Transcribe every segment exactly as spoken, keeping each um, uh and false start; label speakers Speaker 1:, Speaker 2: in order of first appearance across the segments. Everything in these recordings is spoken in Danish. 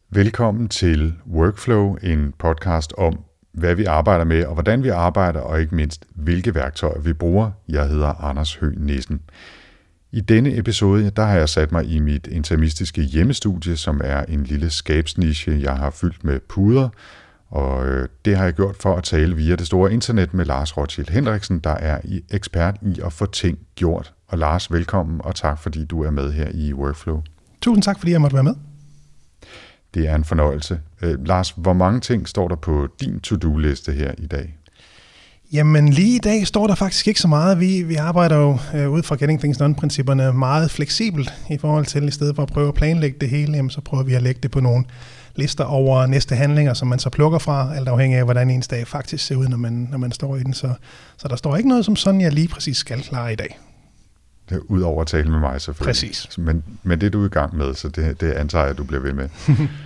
Speaker 1: Velkommen til Workflow, en podcast om, hvad vi arbejder med, og hvordan vi arbejder, og ikke mindst, hvilke værktøjer vi bruger. Jeg hedder Anders Høgh Nissen. I denne episode, der har jeg sat mig i mit interimistiske hjemmestudie, som er en lille skabsniche, jeg har fyldt med puder, og det har jeg gjort for at tale via det store internet med Lars Rothschild Hendriksen, der er ekspert i at få ting gjort. Og Lars, velkommen, og tak fordi du er med her i Workflow.
Speaker 2: Tusind tak, fordi jeg måtte være med.
Speaker 1: Det er en fornøjelse. Øh, Lars, hvor mange ting står der på din to-do-liste her i dag?
Speaker 2: Jamen lige i dag står der faktisk ikke så meget. Vi, vi arbejder jo øh, ud fra Getting Things Done-principperne meget fleksibelt i forhold til, i stedet for at prøve at planlægge det hele, jamen, så prøver vi at lægge det på nogle lister over næste handlinger, som man så plukker fra, alt afhængig af, hvordan ens dag faktisk ser ud, når man, når man står i den. Så, så der står ikke noget, som sådan, jeg lige præcis skal klare i dag.
Speaker 1: Udover at tale med mig selvfølgelig.
Speaker 2: Præcis.
Speaker 1: Men, men det er du i gang med, så det, det antager jeg, at du bliver ved med.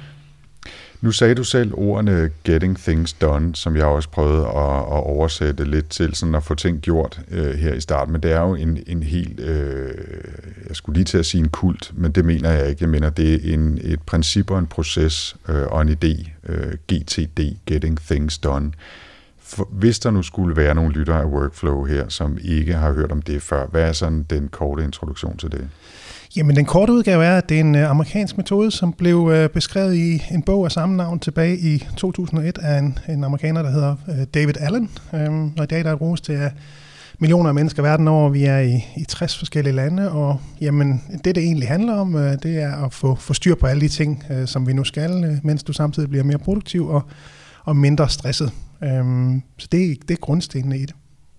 Speaker 1: Nu sagde du selv ordene Getting Things Done, som jeg også prøvede at, at oversætte lidt til, sådan at få ting gjort øh, her i starten. Men det er jo en, en helt, øh, jeg skulle lige til at sige en kult, men det mener jeg ikke. Jeg mener, det er en, et princip og en proces øh, og en idé, øh, G T D, Getting Things Done. For, hvis der nu skulle være nogle lyttere af Workflow her, som ikke har hørt om det før, hvad er sådan den korte introduktion til det?
Speaker 2: Jamen den korte udgave er, at det er en amerikansk metode, som blev beskrevet i en bog af samme navn tilbage i to tusind og et af en, en amerikaner, der hedder David Allen. Og i dag der er bruges til millioner af mennesker verden over. Vi er i, i tres forskellige lande, og jamen, det, det egentlig handler om, det er at få, få styr på alle de ting, som vi nu skal, mens du samtidig bliver mere produktiv og, og mindre stresset. Så det, det er grundstenene i det.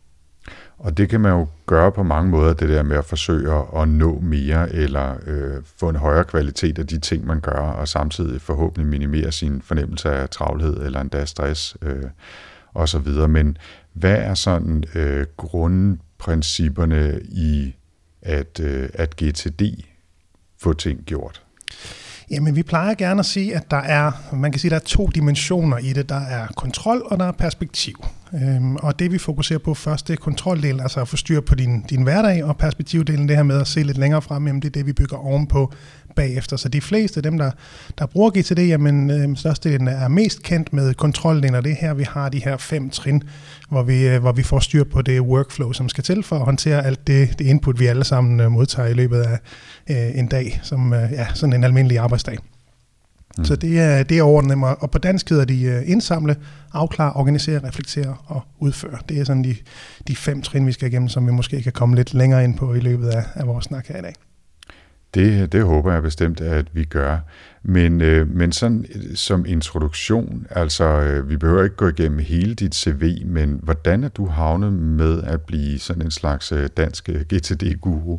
Speaker 1: Og det kan man jo gøre på mange måder, det der med at forsøge at nå mere, eller øh, få en højere kvalitet af de ting, man gør, og samtidig forhåbentlig minimere sin fornemmelse af travlhed, eller endda stress, øh, og så videre. Men hvad er sådan øh, grundprincipperne i at, øh, at G T D få ting gjort?
Speaker 2: Jamen, vi plejer gerne at sige, at der er, man kan sige, der er to dimensioner i det. Der er kontrol, og der er perspektiv. Øhm, og det, vi fokuserer på først, det er kontroldelen, altså at få styr på din, din hverdag, og perspektivdelen, det her med at se lidt længere frem, jamen det er det, vi bygger ovenpå bagefter. Så de fleste af dem, der, der bruger G T D, jamen øh, størstedelen er mest kendt med kontroldelen, og det er her, vi har de her fem trin, hvor vi, øh, hvor vi får styr på det workflow, som skal til for at håndtere alt det, det input, vi alle sammen øh, modtager i løbet af øh, en dag, som øh, ja, sådan en almindelig arbejdsdag. Mm. Så det er, det er overordnet, og på dansk hedder de uh, indsamle, afklare, organisere, reflektere og udføre. Det er sådan de, de fem trin, vi skal igennem, som vi måske kan komme lidt længere ind på i løbet af, af vores snak her i dag.
Speaker 1: Det, det håber jeg bestemt, at vi gør. Men, øh, men sådan som introduktion, altså øh, vi behøver ikke gå igennem hele dit C V, men hvordan er du havnet med at blive sådan en slags øh, dansk G T D-guru?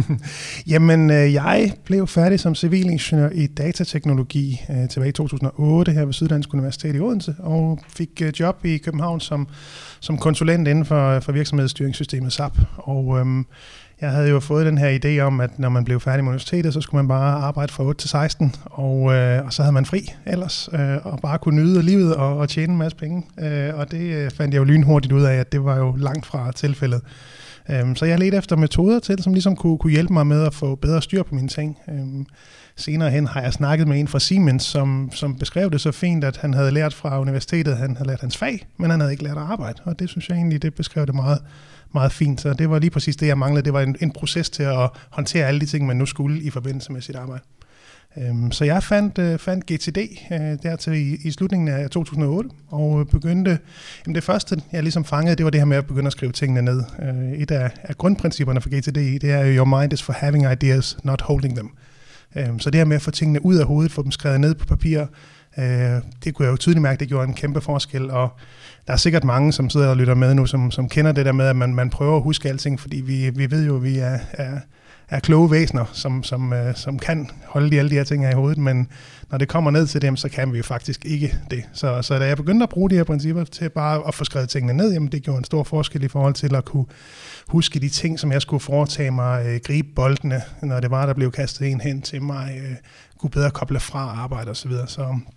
Speaker 2: Jamen, øh, jeg blev færdig som civilingeniør i datateknologi øh, tilbage i to tusind og otte her ved Syddansk Universitet i Odense, og fik øh, job i København som, som konsulent inden for, for virksomhedsstyringssystemet S A P. Og øh, jeg havde jo fået den her idé om, at når man blev færdig med universitetet, så skulle man bare arbejde fra otte til seksten, og, øh, og så havde man fri ellers, øh, og bare kunne nyde livet og, og tjene en masse penge. Øh, og det øh, fandt jeg jo lynhurtigt ud af, at det var jo langt fra tilfældet. Øh, så jeg ledte efter metoder til, som ligesom kunne, kunne hjælpe mig med at få bedre styr på mine ting. Øh, senere hen har jeg snakket med en fra Siemens, som, som beskrev det så fint, at han havde lært fra universitetet, han havde lært hans fag, men han havde ikke lært at arbejde. Og det synes jeg egentlig, det beskrev det meget meget fint, så det var lige præcis det, jeg manglede. Det var en, en proces til at håndtere alle de ting, man nu skulle i forbindelse med sit arbejde. Øhm, så jeg fandt, øh, fandt G T D øh, dertil i, i slutningen af to tusind og otte, og begyndte, jamen det første, jeg ligesom fangede, det var det her med at begynde at skrive tingene ned. Øh, et af, af grundprincipperne for G T D, det er jo, your mind is for having ideas, not holding them. Øhm, så det her med at få tingene ud af hovedet, få dem skrevet ned på papir, øh, det kunne jeg jo tydeligt mærke, det gjorde en kæmpe forskel, og der er sikkert mange, som sidder og lytter med nu, som, som kender det der med, at man, man prøver at huske alting, fordi vi, vi ved jo, at vi er, er, er kloge væsener, som, som, uh, som kan holde de, alle de her ting her i hovedet, men når det kommer ned til dem, så kan vi jo faktisk ikke det. Så, så da jeg begyndte at bruge de her principper til bare at få skrevet tingene ned, jamen det gjorde en stor forskel i forhold til at kunne huske de ting, som jeg skulle foretage mig, øh, gribe boldene, når det var, der blev kastet en hen til mig, øh, kunne bedre koble fra arbejde osv. Så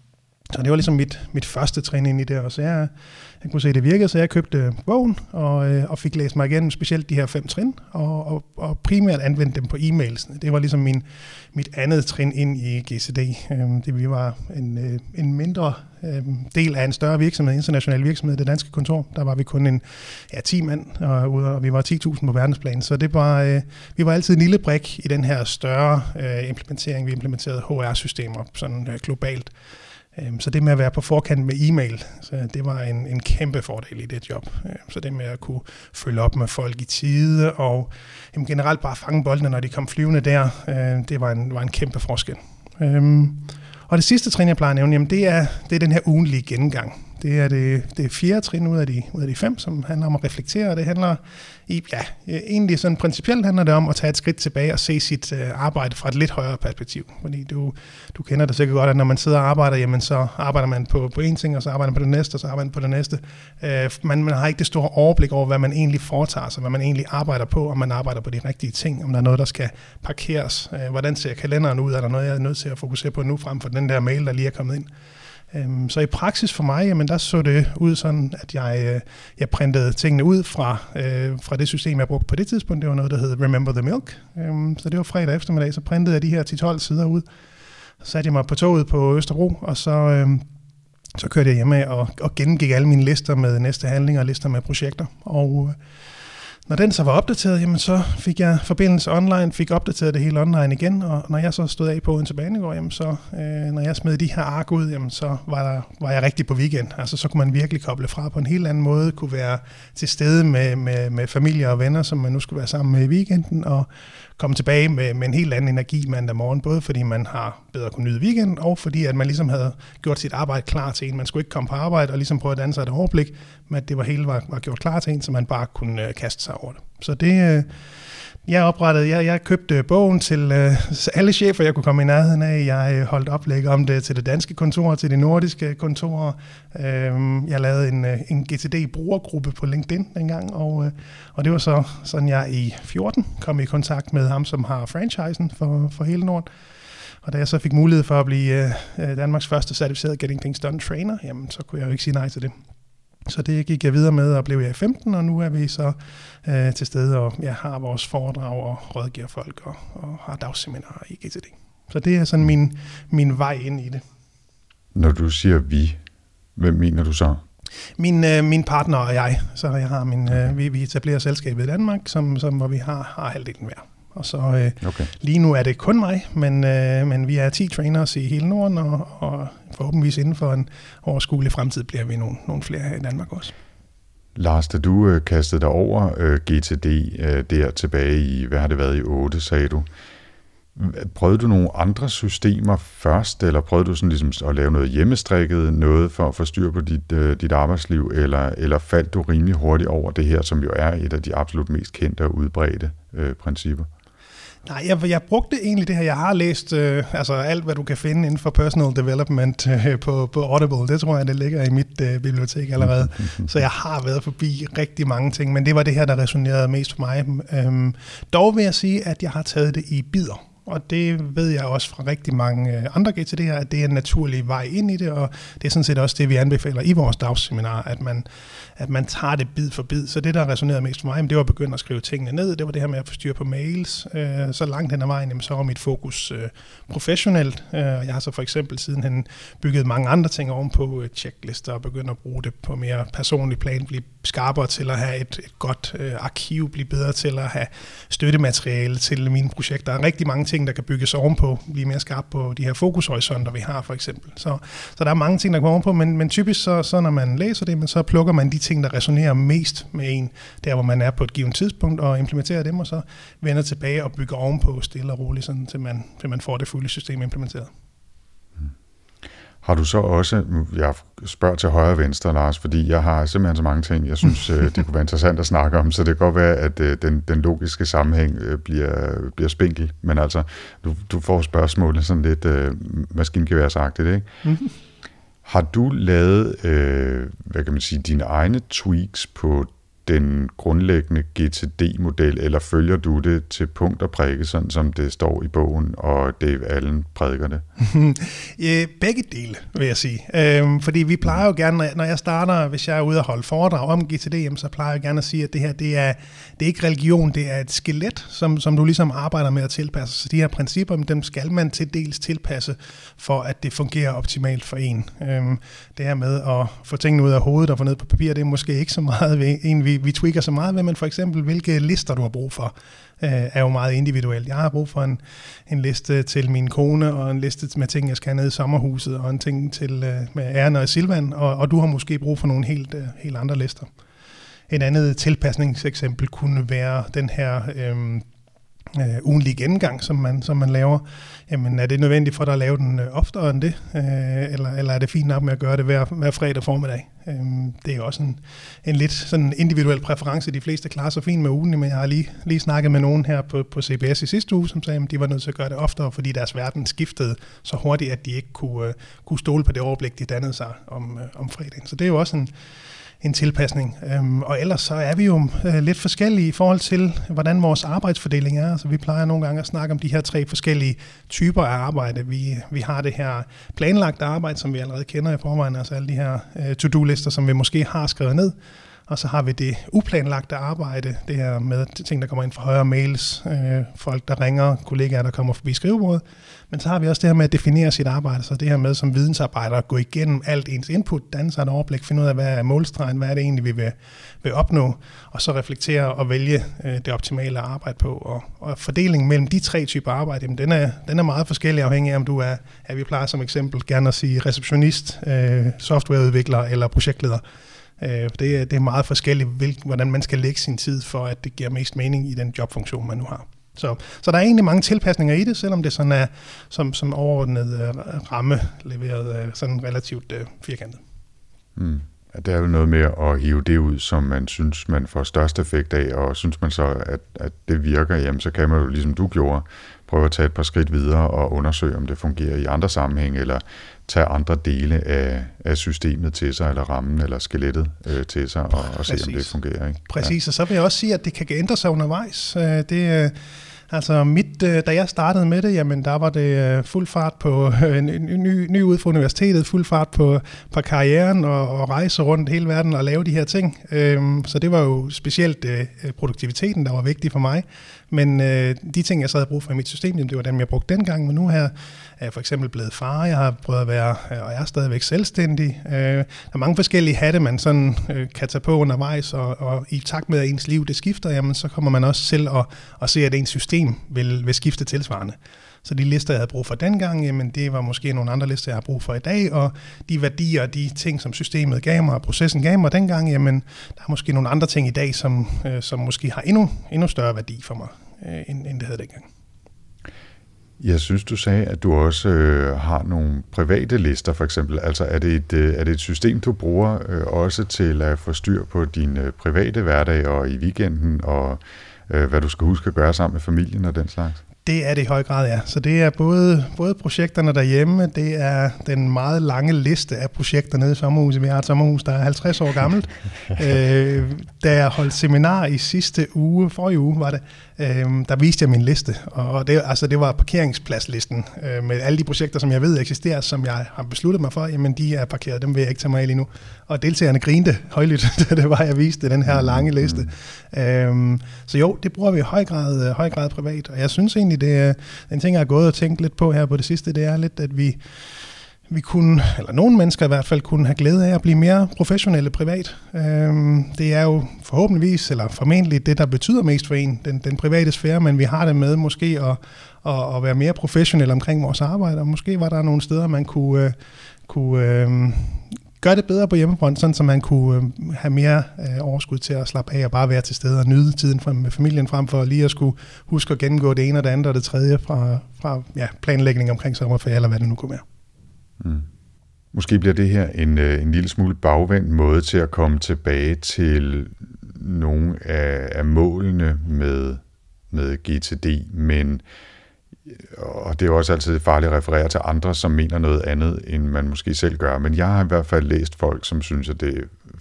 Speaker 2: Så det var ligesom mit, mit første trin ind i det, og så jeg, jeg kunne se, at det virkede, så jeg købte bogen og, og fik læst mig igennem specielt de her fem trin, og, og, og primært anvendte dem på e-mailsene. Det var ligesom min, mit andet trin ind i G C D. Det vi var en, en mindre del af en større virksomhed, international virksomhed, det danske kontor. Der var vi kun en ja, ti mand, og, og vi var ti tusind på verdensplan, så det var, vi var altid en lille brik i den her større implementering. Vi implementerede H R-systemer sådan globalt. Så det med at være på forkant med e-mail, så det var en, en kæmpe fordel i det job. Så det med at kunne følge op med folk i tide, og jamen, generelt bare fange boldene, når de kom flyvende der, det var en, var en kæmpe forskel. Og det sidste trin, jeg plejer at nævne, jamen, det, er, det er den her ugenlige gennemgang. Det er det, det er fjerde trin ud af, de, ud af de fem, som handler om at reflektere, og det handler i, ja, egentlig sådan principielt handler det om at tage et skridt tilbage og se sit uh, arbejde fra et lidt højere perspektiv. Fordi du, du kender det sikkert godt, at når man sidder og arbejder, jamen så arbejder man på, på en ting, og så arbejder man på det næste, og så arbejder man på det næste. Uh, man, man har ikke det store overblik over, hvad man egentlig foretager sig, hvad man egentlig arbejder på, om man arbejder på de rigtige ting, om der er noget, der skal parkeres. Uh, hvordan ser kalenderen ud? Er der noget, jeg er nødt til at fokusere på nu, frem for den der mail, der lige er kommet ind? Så i praksis for mig, jamen der så det ud sådan, at jeg, jeg printede tingene ud fra, øh, fra det system, jeg brugte på det tidspunkt. Det var noget, der hed Remember the Milk. Så det var fredag eftermiddag, så printede jeg de her ti tolv sider ud. Så satte jeg mig på toget på Østerbro, og så, øh, så kørte jeg hjemme og, og gennemgik alle mine lister med næste handlinger og lister med projekter. Og øh, når den så var opdateret, jamen så fik jeg forbindelse online, fik opdateret det hele online igen, og når jeg så stod af på Odense Banegård, jamen så, øh, når jeg smed de her ark ud, jamen så var, der, var jeg rigtig på weekend. Altså så kunne man virkelig koble fra på en helt anden måde, kunne være til stede med, med, med familie og venner, som man nu skulle være sammen med i weekenden, og komme tilbage med, med en helt anden energi mandag morgen, både fordi man har bedre kunne nyde weekend, og fordi at man ligesom havde gjort sit arbejde klar til en. Man skulle ikke komme på arbejde og ligesom prøve at danne sig et overblik, men at det var hele var, var gjort klar til en, så man bare kunne øh, kaste sig over det. Så det, øh, jeg oprettede, jeg, jeg købte bogen til øh, alle chefer, jeg kunne komme i nærheden af. Jeg holdt oplæg om det til det danske kontor, til de nordiske kontorer. Øh, jeg lavede en, en G T D-brugergruppe på LinkedIn dengang, og, øh, og det var så sådan, jeg i fjorten kom i kontakt med ham, som har franchisen for, for hele Norden. Og da jeg så fik mulighed for at blive øh, Danmarks første certificeret Getting Things Done trainer, jamen så kunne jeg jo ikke sige nej til det. Så det gik jeg videre med, og blev jeg i femten, og nu er vi så øh, til stede, og jeg har vores foredrag og rådgiver folk, og, og har dagsseminarer i G T D. Så det er sådan min, min vej ind i det.
Speaker 1: Når du siger vi, hvem mener du så?
Speaker 2: Min, øh, min partner og jeg. Så jeg har min, øh, vi, vi etablerer selskabet i Danmark, som, som, hvor vi har, har halvdelen hver. Og så øh, okay. Lige nu er det kun mig, men, øh, men vi er ti trainers i hele Norden, og, og forhåbentligvis inden for en overskuelig fremtid bliver vi nogle, nogle flere her i Danmark også.
Speaker 1: Lars, da du øh, kastede dig over øh, G T D øh, der tilbage i, hvad har det været, i otte, sagde du. Prøvede du nogle andre systemer først, eller prøvede du sådan ligesom at lave noget hjemmestrikket, noget for at få styr på dit, øh, dit arbejdsliv, eller, eller faldt du rimelig hurtigt over det her, som jo er et af de absolut mest kendte og udbredte øh, principper?
Speaker 2: Nej, jeg, jeg brugte egentlig det her. Jeg har læst øh, altså alt, hvad du kan finde inden for personal development øh, på, på Audible. Det tror jeg, det ligger i mit øh, bibliotek allerede. Så jeg har været forbi rigtig mange ting, men det var det her, der resonerede mest for mig. Øhm, dog vil jeg sige, at jeg har taget det i bidder. Og det ved jeg også fra rigtig mange andre G T D'er, at det er en naturlig vej ind i det, og det er sådan set også det, vi anbefaler i vores dagsseminar, at man, at man tager det bid for bid. Så det, der resonerede mest for mig, det var at begynde at skrive tingene ned. Det var det her med at få styr på mails. Så langt hen ad vejen, så var mit fokus professionelt. Jeg har så for eksempel sidenhen bygget mange andre ting ovenpå checklister og begyndt at bruge det på mere personlig plan, blive skarpere til at have et, et godt arkiv, blive bedre til at have støttemateriale til mine projekter. Der er rigtig mange ting, der kan bygges ovenpå, blive mere skarp på de her fokushorisonter, vi har for eksempel. Så, så der er mange ting, der kommer ovenpå, men, men typisk så, så når man læser det, men så plukker man de ting, der resonerer mest med en, der hvor man er på et givet tidspunkt, og implementerer dem, og så vender tilbage og bygger ovenpå stille og roligt, sådan, til, man, til man får det fulde system implementeret.
Speaker 1: Har du så også, jeg spørger til højre og venstre, Lars, fordi jeg har simpelthen så mange ting, jeg synes, det kunne være interessant at snakke om, så det kan godt være, at den, den logiske sammenhæng bliver, bliver spinkel, men altså, du, du får spørgsmålet sådan lidt uh, maskingeværsagtigt, ikke? Mm-hmm. Har du lavet, øh, hvad kan man sige, dine egne tweaks på den grundlæggende G T D-model, eller følger du det til punkt og prikke, sådan som det står i bogen, og Dave Allen prædiker det?
Speaker 2: Begge dele, vil jeg sige. Øhm, fordi vi plejer jo gerne, når jeg starter, hvis jeg er ude og holde foredrag om G T D, så plejer jeg gerne at sige, at det her, det er, det er ikke religion, det er et skelet, som, som du ligesom arbejder med at tilpasse. Så de her principper, dem skal man til dels tilpasse, for at det fungerer optimalt for en. Øhm, det her med at få tingene ud af hovedet og få ned på papir, det er måske ikke så meget ved en, vi, vi tweaker så meget ved, men for eksempel, hvilke lister du har brug for, øh, er jo meget individuelt. Jeg har brug for en, en liste til min kone, og en liste med ting, jeg skal have ned i sommerhuset, og en ting til øh, med Erne og Silvan, og, og du har måske brug for nogle helt, øh, helt andre lister. Et andet tilpasningseksempel kunne være den her øh, øh, ugenlige gennemgang, som man, som man laver. Jamen, er det nødvendigt for dig at lave den øh, oftere end det? Øh, eller, eller er det fint nok med at gøre det hver, hver fredag formiddag? Øh, det er jo også en, en lidt sådan individuel præference. De fleste klarer sig fint med ugen, men jeg har lige, lige snakket med nogen her på, på C B S i sidste uge, som sagde, at de var nødt til at gøre det oftere, fordi deres verden skiftede så hurtigt, at de ikke kunne, øh, kunne stole på det overblik, de dannede sig om, øh, om fredagen. Så det er jo også en en tilpasning. Øhm, og ellers så er vi jo øh, lidt forskellige i forhold til, hvordan vores arbejdsfordeling er. Altså, vi plejer nogle gange at snakke om de her tre forskellige typer af arbejde. Vi, vi har det her planlagte arbejde, som vi allerede kender i forvejen, altså alle de her øh, to-do-lister, som vi måske har skrevet ned. Og så har vi det uplanlagte arbejde, det her med ting, der kommer ind fra højre mails, øh, folk, der ringer, kollegaer, der kommer forbi skrivebordet. Men så har vi også det her med at definere sit arbejde, så det her med som vidensarbejder at gå igennem alt ens input, danne sig et overblik, finde ud af, hvad er målstregen, hvad er det egentlig, vi vil, vil opnå, og så reflektere og vælge øh, det optimale at arbejde på. Og, og fordelingen mellem de tre typer arbejde, jamen, den, er, den er meget forskellig afhængig af, om du er, at vi plejer som eksempel gerne at sige receptionist, øh, softwareudvikler eller projektleder. Det er, det er meget forskelligt, hvordan man skal lægge sin tid, for at det giver mest mening i den jobfunktion, man nu har. Så, så der er egentlig mange tilpasninger i det, selvom det sådan er som, som overordnet uh, ramme leveret uh, sådan relativt uh, firkantet.
Speaker 1: Mm. Det er jo noget med at hive det ud, som man synes, man får størst effekt af, og synes man så, at, at det virker, jamen, så kan man jo, ligesom du gjorde, prøve at tage et par skridt videre og undersøge, om det fungerer i andre sammenhæng, eller tage andre dele af, af systemet til sig, eller rammen, eller skelettet øh, til sig, og, og se, om det fungerer. Ikke?
Speaker 2: Præcis, ja. Og så vil jeg også sige, at det kan ændre sig undervejs. Det Altså mit, da jeg startede med det, jamen der var det fuld fart på en ny, ny ud fra universitetet, fuld fart på, på karrieren og, og rejse rundt hele verden og lave de her ting. Så det var jo specielt produktiviteten, der var vigtig for mig. Men de ting, jeg så havde brug for i mit system, det var dem, jeg brugte dengang. Men nu her er jeg for eksempel blevet far, jeg har prøvet at være, og jeg er stadigvæk selvstændig. Der er mange forskellige hatte, man sådan kan tage på undervejs, og, og i takt med, at ens liv det skifter, jamen så kommer man også til at, at se, at ens system vil, vil skifte tilsvarende. Så de lister, jeg havde brug for dengang, jamen det var måske nogle andre lister, jeg har brug for i dag, og de værdier og de ting, som systemet gav mig, og processen gav mig dengang, jamen der er måske nogle andre ting i dag, som, øh, som måske har endnu, endnu større værdi for mig, øh, end, end det havde dengang.
Speaker 1: Jeg synes, du sagde, at du også øh, har nogle private lister, for eksempel. Altså er det et, øh, er det et system, du bruger øh, også til at få styr på din øh, private hverdag og i weekenden, og øh, hvad du skal huske at gøre sammen med familien og den slags?
Speaker 2: Det er det i høj grad, ja. Så det er både, både projekterne derhjemme, det er den meget lange liste af projekter nede i sommerhuset. Vi har et sommerhus, der er halvtreds år gammelt. øh, da jeg holdt seminar i sidste uge, forrige uge var det, øh, der viste jeg min liste. Og det, altså, det var parkeringspladslisten øh, med alle de projekter, som jeg ved eksisterer, som jeg har besluttet mig for. Jamen, de er parkeret, dem vil jeg ikke tage mig af lige nu. Og deltagerne grinte højlydt, da det var, jeg viste den her lange liste. Mm. Øh, så jo, det bruger vi i høj grad, høj grad privat. Og jeg synes egentlig, det er en ting, jeg har gået og tænkt lidt på her på det sidste, det er lidt, at vi, vi kunne, eller nogle mennesker i hvert fald, kunne have glæde af at blive mere professionelle privat. Øhm, det er jo forhåbentligvis, eller formentlig det, der betyder mest for en, den, den private sfære, men vi har det med måske at, at, at være mere professionelle omkring vores arbejde, og måske var der nogle steder, man kunne, uh, kunne uh, gøre det bedre på hjemmefront, sådan så man kunne øh, have mere øh, overskud til at slappe af og bare være til stede og nyde tiden frem med familien, frem for lige at skulle huske at gennemgå det ene og det andet og det tredje fra, fra ja, planlægning omkring sommerferie, eller hvad det nu kunne være.
Speaker 1: Mm. Måske bliver det her en, en lille smule bagvendt måde til at komme tilbage til nogle af, af målene med, med G T D, men og det er også altid farligt at referere til andre, som mener noget andet, end man måske selv gør. Men jeg har i hvert fald læst folk, som synes, at det er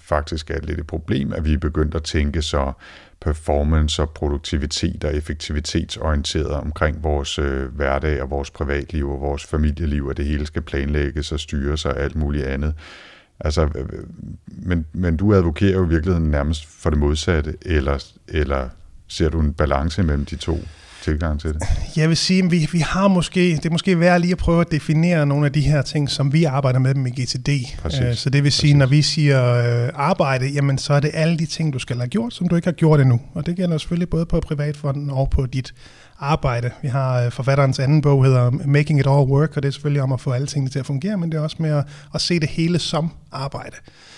Speaker 1: faktisk er lidt et problem, at vi er begyndt at tænke så performance og produktivitet og effektivitetsorienteret omkring vores øh, hverdag og vores privatliv og vores familieliv, og det hele skal planlægges og styres og alt muligt andet. Altså, øh, men, men du advokerer jo i virkeligheden nærmest for det modsatte, eller, eller ser du en balance mellem de to tilgang til det?
Speaker 2: Jeg vil sige, at vi, vi har måske, det er måske værd lige at prøve at definere nogle af de her ting, som vi arbejder med dem i G T D. Præcis. Så det vil sige, Præcis. Når vi siger øh, arbejde, jamen så er det alle de ting, du skal have gjort, som du ikke har gjort endnu. Og det gælder selvfølgelig både på privatfonden og på dit arbejde. Vi har øh, forfatterens anden bog, hedder Making It All Work, og det er selvfølgelig om at få alle tingene til at fungere, men det er også med at, at se det hele som arbejde.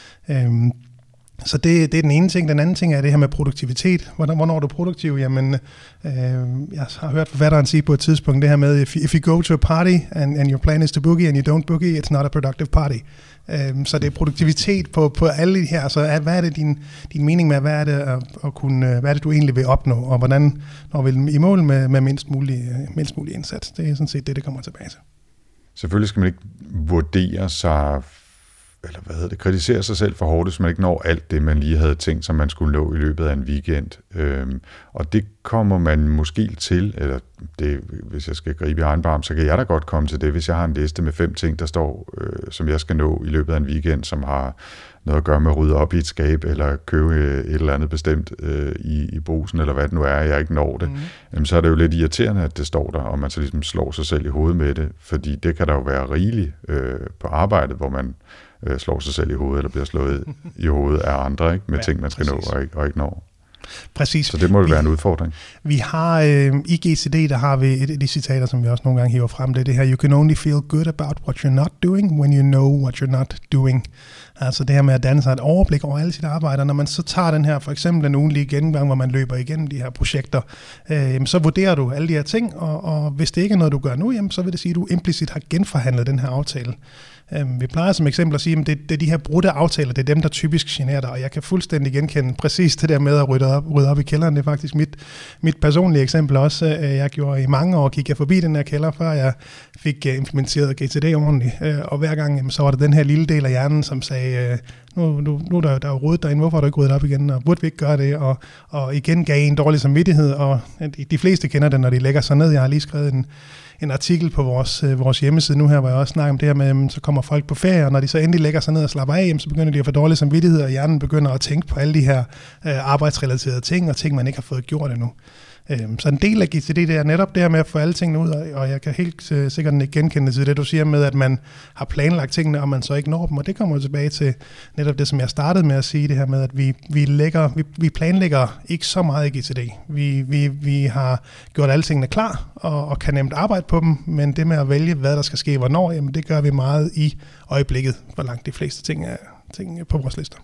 Speaker 2: Øhm, Så det, det er den ene ting. Den anden ting er det her med produktivitet. Hvornår, hvornår er du produktiv? Jamen, øh, jeg har hørt forfatteren sige på et tidspunkt det her med, if you, if you go to a party and, and your plan is to boogie and you don't boogie, it's not a productive party. Øh, så det er produktivitet på, på alle de her. Så hvad er det din, din mening med, hvad er det, at, at kunne, hvad er det du egentlig vil opnå, og hvordan når vi i mål med, med mindst, mulig, mindst mulig indsats? Det er sådan set det, det kommer tilbage til.
Speaker 1: Selvfølgelig skal man ikke vurdere sig eller hvad hedder det, kritisere sig selv for hårdt, hvis man ikke når alt det, man lige havde tænkt, som man skulle nå i løbet af en weekend. Øhm, og det kommer man måske til, eller det, hvis jeg skal gribe i egen barm, så kan jeg da godt komme til det, hvis jeg har en liste med fem ting, der står, øh, som jeg skal nå i løbet af en weekend, som har noget at gøre med at rydde op i et skab, eller købe et eller andet bestemt øh, i, i brusen, eller hvad det nu er, jeg ikke når det, mm. Jamen, så er det jo lidt irriterende, at det står der, og man så ligesom slår sig selv i hovedet med det, fordi det kan der jo være rigeligt øh, på arbejdet, hvor man øh, slår sig selv i hovedet, eller bliver slået i hovedet af andre, ikke? Med ja, ting, man skal præcis. nå og ikke, og ikke når.
Speaker 2: Præcis.
Speaker 1: Så det må jo være en udfordring.
Speaker 2: Vi har øh, i G T D, der har vi et af de citater, som vi også nogle gange hiver frem, det er det her, you can only feel good about what you're not doing, when you know what you're not doing. Altså det her med at danne sig et overblik over alle sit arbejde, når man så tager den her, for eksempel en ugenlig gennemgang, hvor man løber igennem de her projekter, øh, så vurderer du alle de her ting, og, og hvis det ikke er noget, du gør nu, jamen, så vil det sige, at du implicit har genforhandlet den her aftale. Vi plejer som eksempel at sige, at det, det er de her brudte aftaler, det er dem, der typisk generer dig, og jeg kan fuldstændig genkende præcis det der med at rydde op, rydde op i kælderen. Det er faktisk mit, mit personlige eksempel også. Jeg gjorde i mange år, gik jeg forbi den her kælder, før jeg fik implementeret G T D ordentligt, og hver gang så var der den her lille del af hjernen, som sagde, nu, nu, nu der, der er ryddet derinde, hvorfor har du ikke ryddet op igen, og burde vi ikke gøre det, og, og igen gav en dårlig samvittighed, og de, de fleste kender det, når de lægger sig ned. Jeg har lige skrevet en en artikel på vores, øh, vores hjemmeside nu her, hvor jeg også snakker om det her med, så kommer folk på ferie, og når de så endelig lægger sig ned og slapper af, så begynder de at få dårlig samvittighed, og hjernen begynder at tænke på alle de her øh, arbejdsrelaterede ting, og ting, man ikke har fået gjort endnu. Så en del af G T D, det er netop det her med at få alle tingene ud, og jeg kan helt øh, sikkert ikke genkende til det, du siger med, at man har planlagt tingene, og man så ikke når dem, og det kommer tilbage til netop det, som jeg startede med at sige, det her med, at vi, vi, lægger, vi, vi planlægger ikke så meget i G T D. Vi, vi, vi har gjort alle tingene klar, og, og kan nemt arbejde på dem, men det med at vælge, hvad der skal ske hvornår, jamen det gør vi meget i øjeblikket, hvor langt de fleste ting er, ting på vores lister.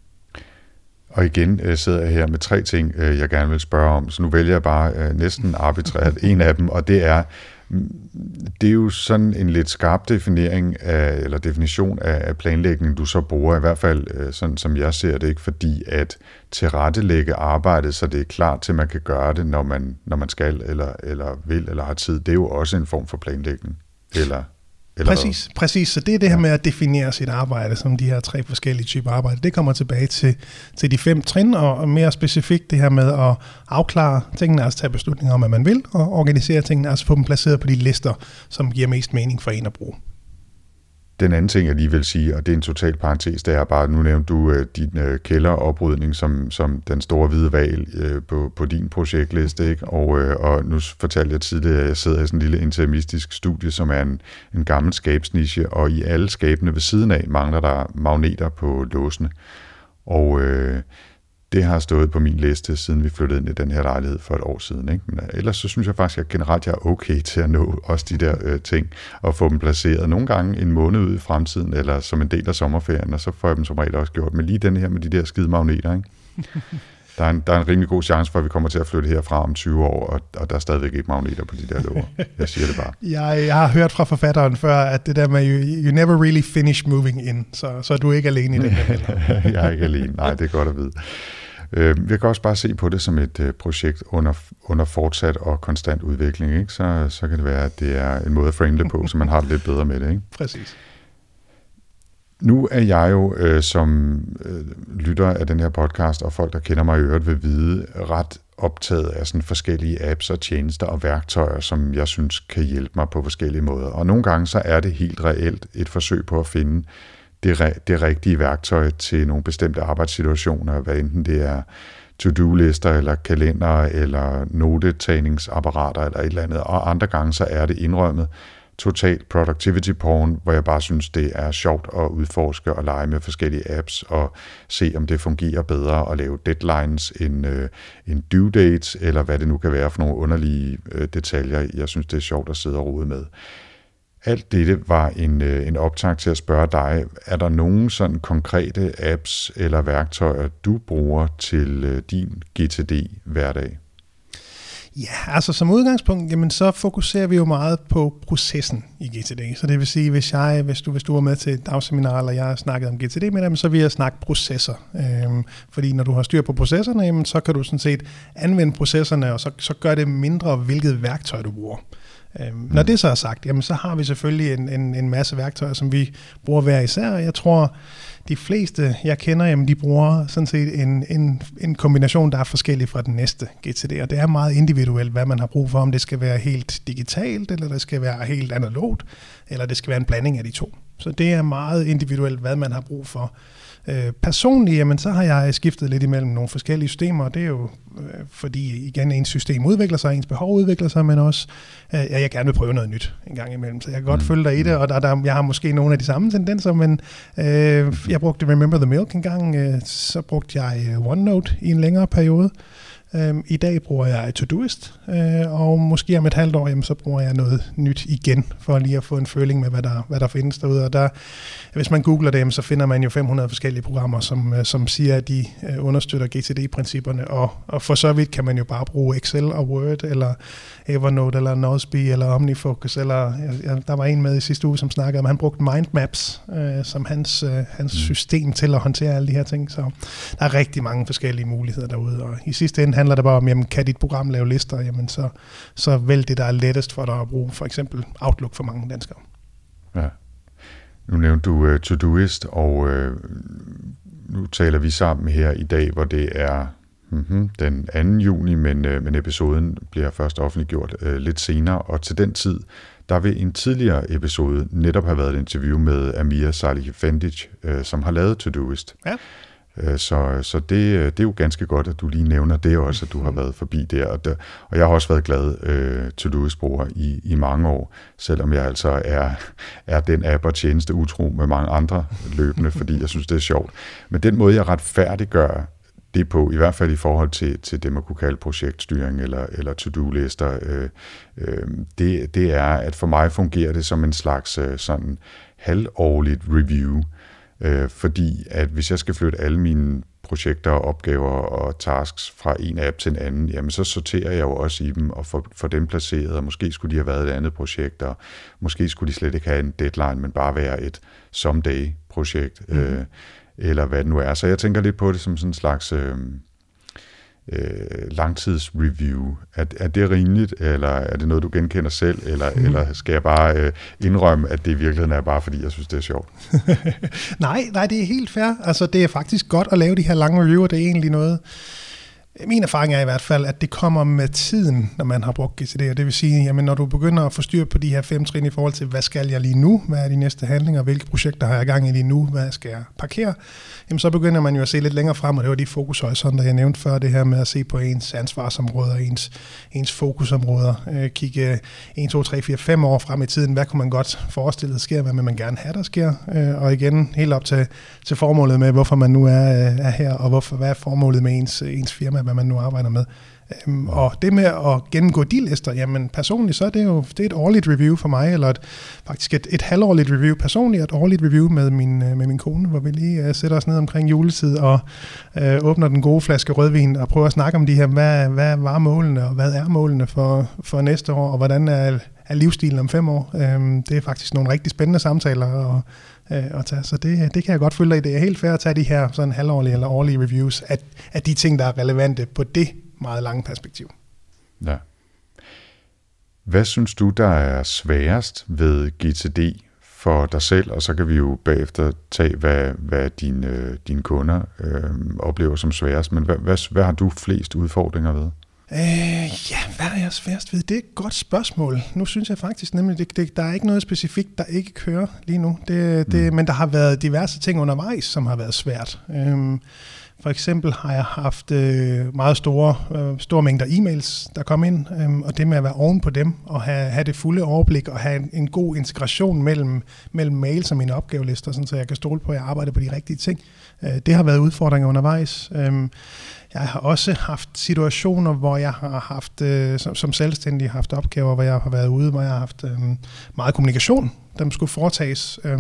Speaker 1: Og igen øh, sidder jeg her med tre ting, øh, jeg gerne vil spørge om, så nu vælger jeg bare øh, næsten arbitrært en af dem, og det er, det er jo sådan en lidt skarp definering af, eller definition af, af planlægning, du så bruger, i hvert fald øh, sådan som jeg ser det, ikke, fordi at tilrettelægge arbejdet, så det er klart til, at man kan gøre det, når man, når man skal, eller, eller vil, eller har tid, det er jo også en form for planlægning, eller...
Speaker 2: Præcis, præcis. Så det er det her med at definere sit arbejde som de her tre forskellige typer arbejde. Det kommer tilbage til, til de fem trin, og mere specifikt det her med at afklare tingene, altså tage beslutninger om, hvad man vil, og organisere tingene, altså få dem placeret på de lister, som giver mest mening for en at bruge.
Speaker 1: Den anden ting, jeg lige vil sige, og det er en total parentes, det er bare, nu nævnte du øh, din øh, kælderoprydning som, som den store hvide hval øh, på, på din projektliste, ikke? Og, øh, og nu fortalte jeg tidligere, at jeg sidder i sådan en lille interimistisk studie, som er en, en gammel skabsniche, og i alle skabene ved siden af mangler der magneter på låsene. Og øh, det har stået på min liste, siden vi flyttede ind i den her lejlighed for et år siden. Ikke? Men ellers så synes jeg faktisk, at generelt jeg er okay til at nå også de der øh, ting, og få dem placeret nogle gange en måned ud i fremtiden, eller som en del af sommerferien, og så får jeg dem som regel også gjort. Men lige den her med de der skide magneter, ikke? Der er, en, der er en rimelig god chance for, at vi kommer til at flytte herfra om tyve år, og, og der er stadigvæk ikke magneter på de der låger. Jeg siger det bare.
Speaker 2: jeg, jeg har hørt fra forfatteren før, at det der med, you, you never really finish moving in, så, så er du ikke alene i det.
Speaker 1: Jeg er ikke alene. Nej, det er godt at vide. Øh, vi kan også bare se på det som et øh, projekt under, under fortsat og konstant udvikling, ikke? Så, så kan det være, at det er en måde at frame det på, så man har det lidt bedre med det. Ikke?
Speaker 2: Præcis.
Speaker 1: Nu er jeg jo øh, som øh, lytter af den her podcast, og folk, der kender mig i øvrigt, vil vide, ret optaget af sådan forskellige apps og tjenester og værktøjer, som jeg synes kan hjælpe mig på forskellige måder. Og nogle gange så er det helt reelt et forsøg på at finde det, det rigtige værktøj til nogle bestemte arbejdssituationer, hvad enten det er to-do-lister, eller kalender, eller notetagningsapparater, eller et eller andet. Og andre gange så er det indrømmet total productivity porn, hvor jeg bare synes, det er sjovt at udforske og lege med forskellige apps, og se, om det fungerer bedre at lave deadlines end, øh, end due dates, eller hvad det nu kan være for nogle underlige øh, detaljer, jeg synes, det er sjovt at sidde og rode med. Alt dette var en, øh, en optakt til at spørge dig, er der nogle sådan konkrete apps eller værktøjer, du bruger til øh, din G T D-hverdag?
Speaker 2: Ja, altså som udgangspunkt, jamen så fokuserer vi jo meget på processen i G T D. Så det vil sige, hvis jeg, hvis du, hvis du var med til et dagseminar, eller jeg har snakket om G T D med dem, så vil jeg snakke processer. Øhm, fordi når du har styr på processerne, jamen, så kan du sådan set anvende processerne, og så, så gør det mindre, hvilket værktøj du bruger. Øhm, mm. Når det så er sagt, jamen så har vi selvfølgelig en, en, en masse værktøjer, som vi bruger hver især. Jeg tror, de fleste, jeg kender, jamen, de bruger sådan set en, en, en kombination, der er forskellig fra den næste G T D, og det er meget individuelt, hvad man har brug for, om det skal være helt digitalt, eller det skal være helt analogt, eller det skal være en blanding af de to. Så det er meget individuelt, hvad man har brug for. Øh, personligt, jamen, så har jeg skiftet lidt imellem nogle forskellige systemer, og det er jo øh, fordi igen ens system udvikler sig, ens behov udvikler sig, men også øh, at jeg gerne vil prøve noget nyt en gang imellem, så jeg kan godt mm. følge dig i det, og der, der, jeg har måske nogle af de samme tendenser, men øh, jeg brugte Remember the Milk en gang, øh, så brugte jeg OneNote i en længere periode. Øhm, I dag bruger jeg Todoist, øh, og måske om et halvt år, jamen, så bruger jeg noget nyt igen, for lige at få en føling med, hvad der, hvad der findes derude. Og der, hvis man googler dem, så finder man jo fem hundrede forskellige programmer, som, som siger, at de øh, understøtter G T D-principperne, og, og for så vidt kan man jo bare bruge Excel og Word, eller Evernote, eller Nozbe, eller OmniFocus, eller ja, der var en med i sidste uge, som snakkede om, at han brugte Mindmaps øh, som hans, øh, hans mm. system til at håndtere alle de her ting. Så der er rigtig mange forskellige muligheder derude, og i sidste ende handler det bare om, jamen, kan dit program lave lister, jamen så, så vælg det, der er lettest for dig at bruge, for eksempel Outlook for mange danskere. Ja.
Speaker 1: Nu nævnte du uh, Todoist, og uh, nu taler vi sammen her i dag, hvor det er mm-hmm, den anden juni, men, uh, men episoden bliver først offentliggjort uh, lidt senere, og til den tid, der vil en tidligere episode netop have været et interview med Amir Salih Efendic, uh, som har lavet Todoist. Ja. Så, så det, det er jo ganske godt, at du lige nævner det også, at du har været forbi der. Og, der, og jeg har også været glad øh, Todoist-bruger i, i mange år, selvom jeg altså er, er den app og tjeneste utro med mange andre løbende, fordi jeg synes, det er sjovt. Men den måde, jeg retfærdiggør det på, i hvert fald i forhold til, til det, man kunne kalde projektstyring eller, eller to-do-lister, øh, øh, det, det er, at for mig fungerer det som en slags øh, sådan halvårligt review. Øh, fordi at hvis jeg skal flytte alle mine projekter, opgaver og tasks fra en app til en anden, jamen så sorterer jeg jo også i dem og får, får dem placeret, og måske skulle de have været et andet projekt, og måske skulle de slet ikke have en deadline, men bare være et someday-projekt, mm. øh, eller hvad det nu er. Så jeg tænker lidt på det som sådan en slags øh, øh, langtidsreview. Er, er det rimeligt, eller er det noget, du genkender selv, eller, mm. eller skal jeg bare øh, indrømme, at det i virkeligheden er bare, fordi jeg synes, det er sjovt?
Speaker 2: nej, nej, det er helt fair. Altså, det er faktisk godt at lave de her lange reviewer. Det er egentlig noget... Min erfaring er i hvert fald, at det kommer med tiden, når man har brugt G T D, og det vil sige, jamen når du begynder at få styr på de her fem trin i forhold til, hvad skal jeg lige nu, hvad er de næste handlinger, hvilke projekter har jeg gang i lige nu, hvad skal jeg parkere, jamen så begynder man jo at se lidt længere frem, og det var de fokushorisonter, jeg nævnte før, det her med at se på ens ansvarsområder, ens, ens fokusområder, øh, kigge en, to, tre, fire, fem år frem i tiden, hvad kunne man godt forestille, der sker, hvad vil man gerne have, der sker, øh, og igen helt op til, til formålet med, hvorfor man nu er, er her, og hvorfor, hvad er formålet med ens, ens firma, hvad man nu arbejder med. Øhm, og det med at gennemgå de lister, jamen personligt, så er det jo det er et årligt review for mig, eller et, faktisk et, et halvårligt review personligt, et årligt review med min, med min kone, hvor vi lige uh, sætter os ned omkring juletid og uh, åbner den gode flaske rødvin og prøver at snakke om de her, hvad, hvad var målene, og hvad er målene for, for næste år, og hvordan er, er livsstilen om fem år. Øhm, det er faktisk nogle rigtig spændende samtaler og at tage. Så det, det kan jeg godt følge dig i. Det er helt fair at tage de her sådan halvårlige eller årlige reviews af, af de ting, der er relevante på det meget lange perspektiv.
Speaker 1: Ja. Hvad synes du, der er sværest ved G T D for dig selv, og så kan vi jo bagefter tage, hvad, hvad dine, dine kunder øh, oplever som sværest. Men hvad, hvad, hvad har du flest udfordringer ved?
Speaker 2: Øh, ja, hvad er jeg sværest ved? Det er et godt spørgsmål. Nu synes jeg faktisk nemlig, det, det, der er ikke noget specifikt, der ikke kører lige nu. Det, det, mm. Men der har været diverse ting undervejs, som har været svært. Øhm, for eksempel har jeg haft øh, meget store, øh, store mængder e-mails, der kom ind, øh, og det med at være oven på dem, og have, have det fulde overblik, og have en, en god integration mellem, mellem mails og mine opgavelister, sådan, så jeg kan stole på, at jeg arbejder på de rigtige ting. Øh, det har været udfordringer undervejs. Øh, Jeg har også haft situationer, hvor jeg har haft, øh, som, som selvstændig haft opgaver, hvor jeg har været ude, hvor jeg har haft øh, meget kommunikation, der skulle foretages. Øh,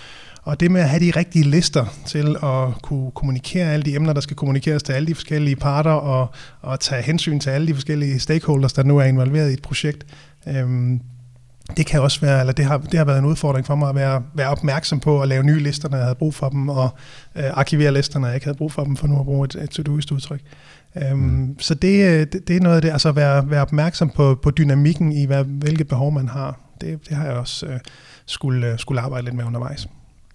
Speaker 2: og det med at have de rigtige lister til at kunne kommunikere alle de emner, der skal kommunikeres til alle de forskellige parter, og, og tage hensyn til alle de forskellige stakeholders, der nu er involveret i et projekt. Øh, Det kan også være, eller det har, det har været en udfordring for mig at være, være opmærksom på at lave nye lister, når jeg havde brug for dem, og øh, arkivere lister, når jeg ikke havde brug for dem, for nu at bruge et, et to-do-ist udtryk. Øhm, mm. Så det, det, det er noget af det, altså at være, være opmærksom på, på dynamikken i, hvad, hvilket behov man har. Det, det har jeg også øh, skulle, skulle arbejde lidt med undervejs.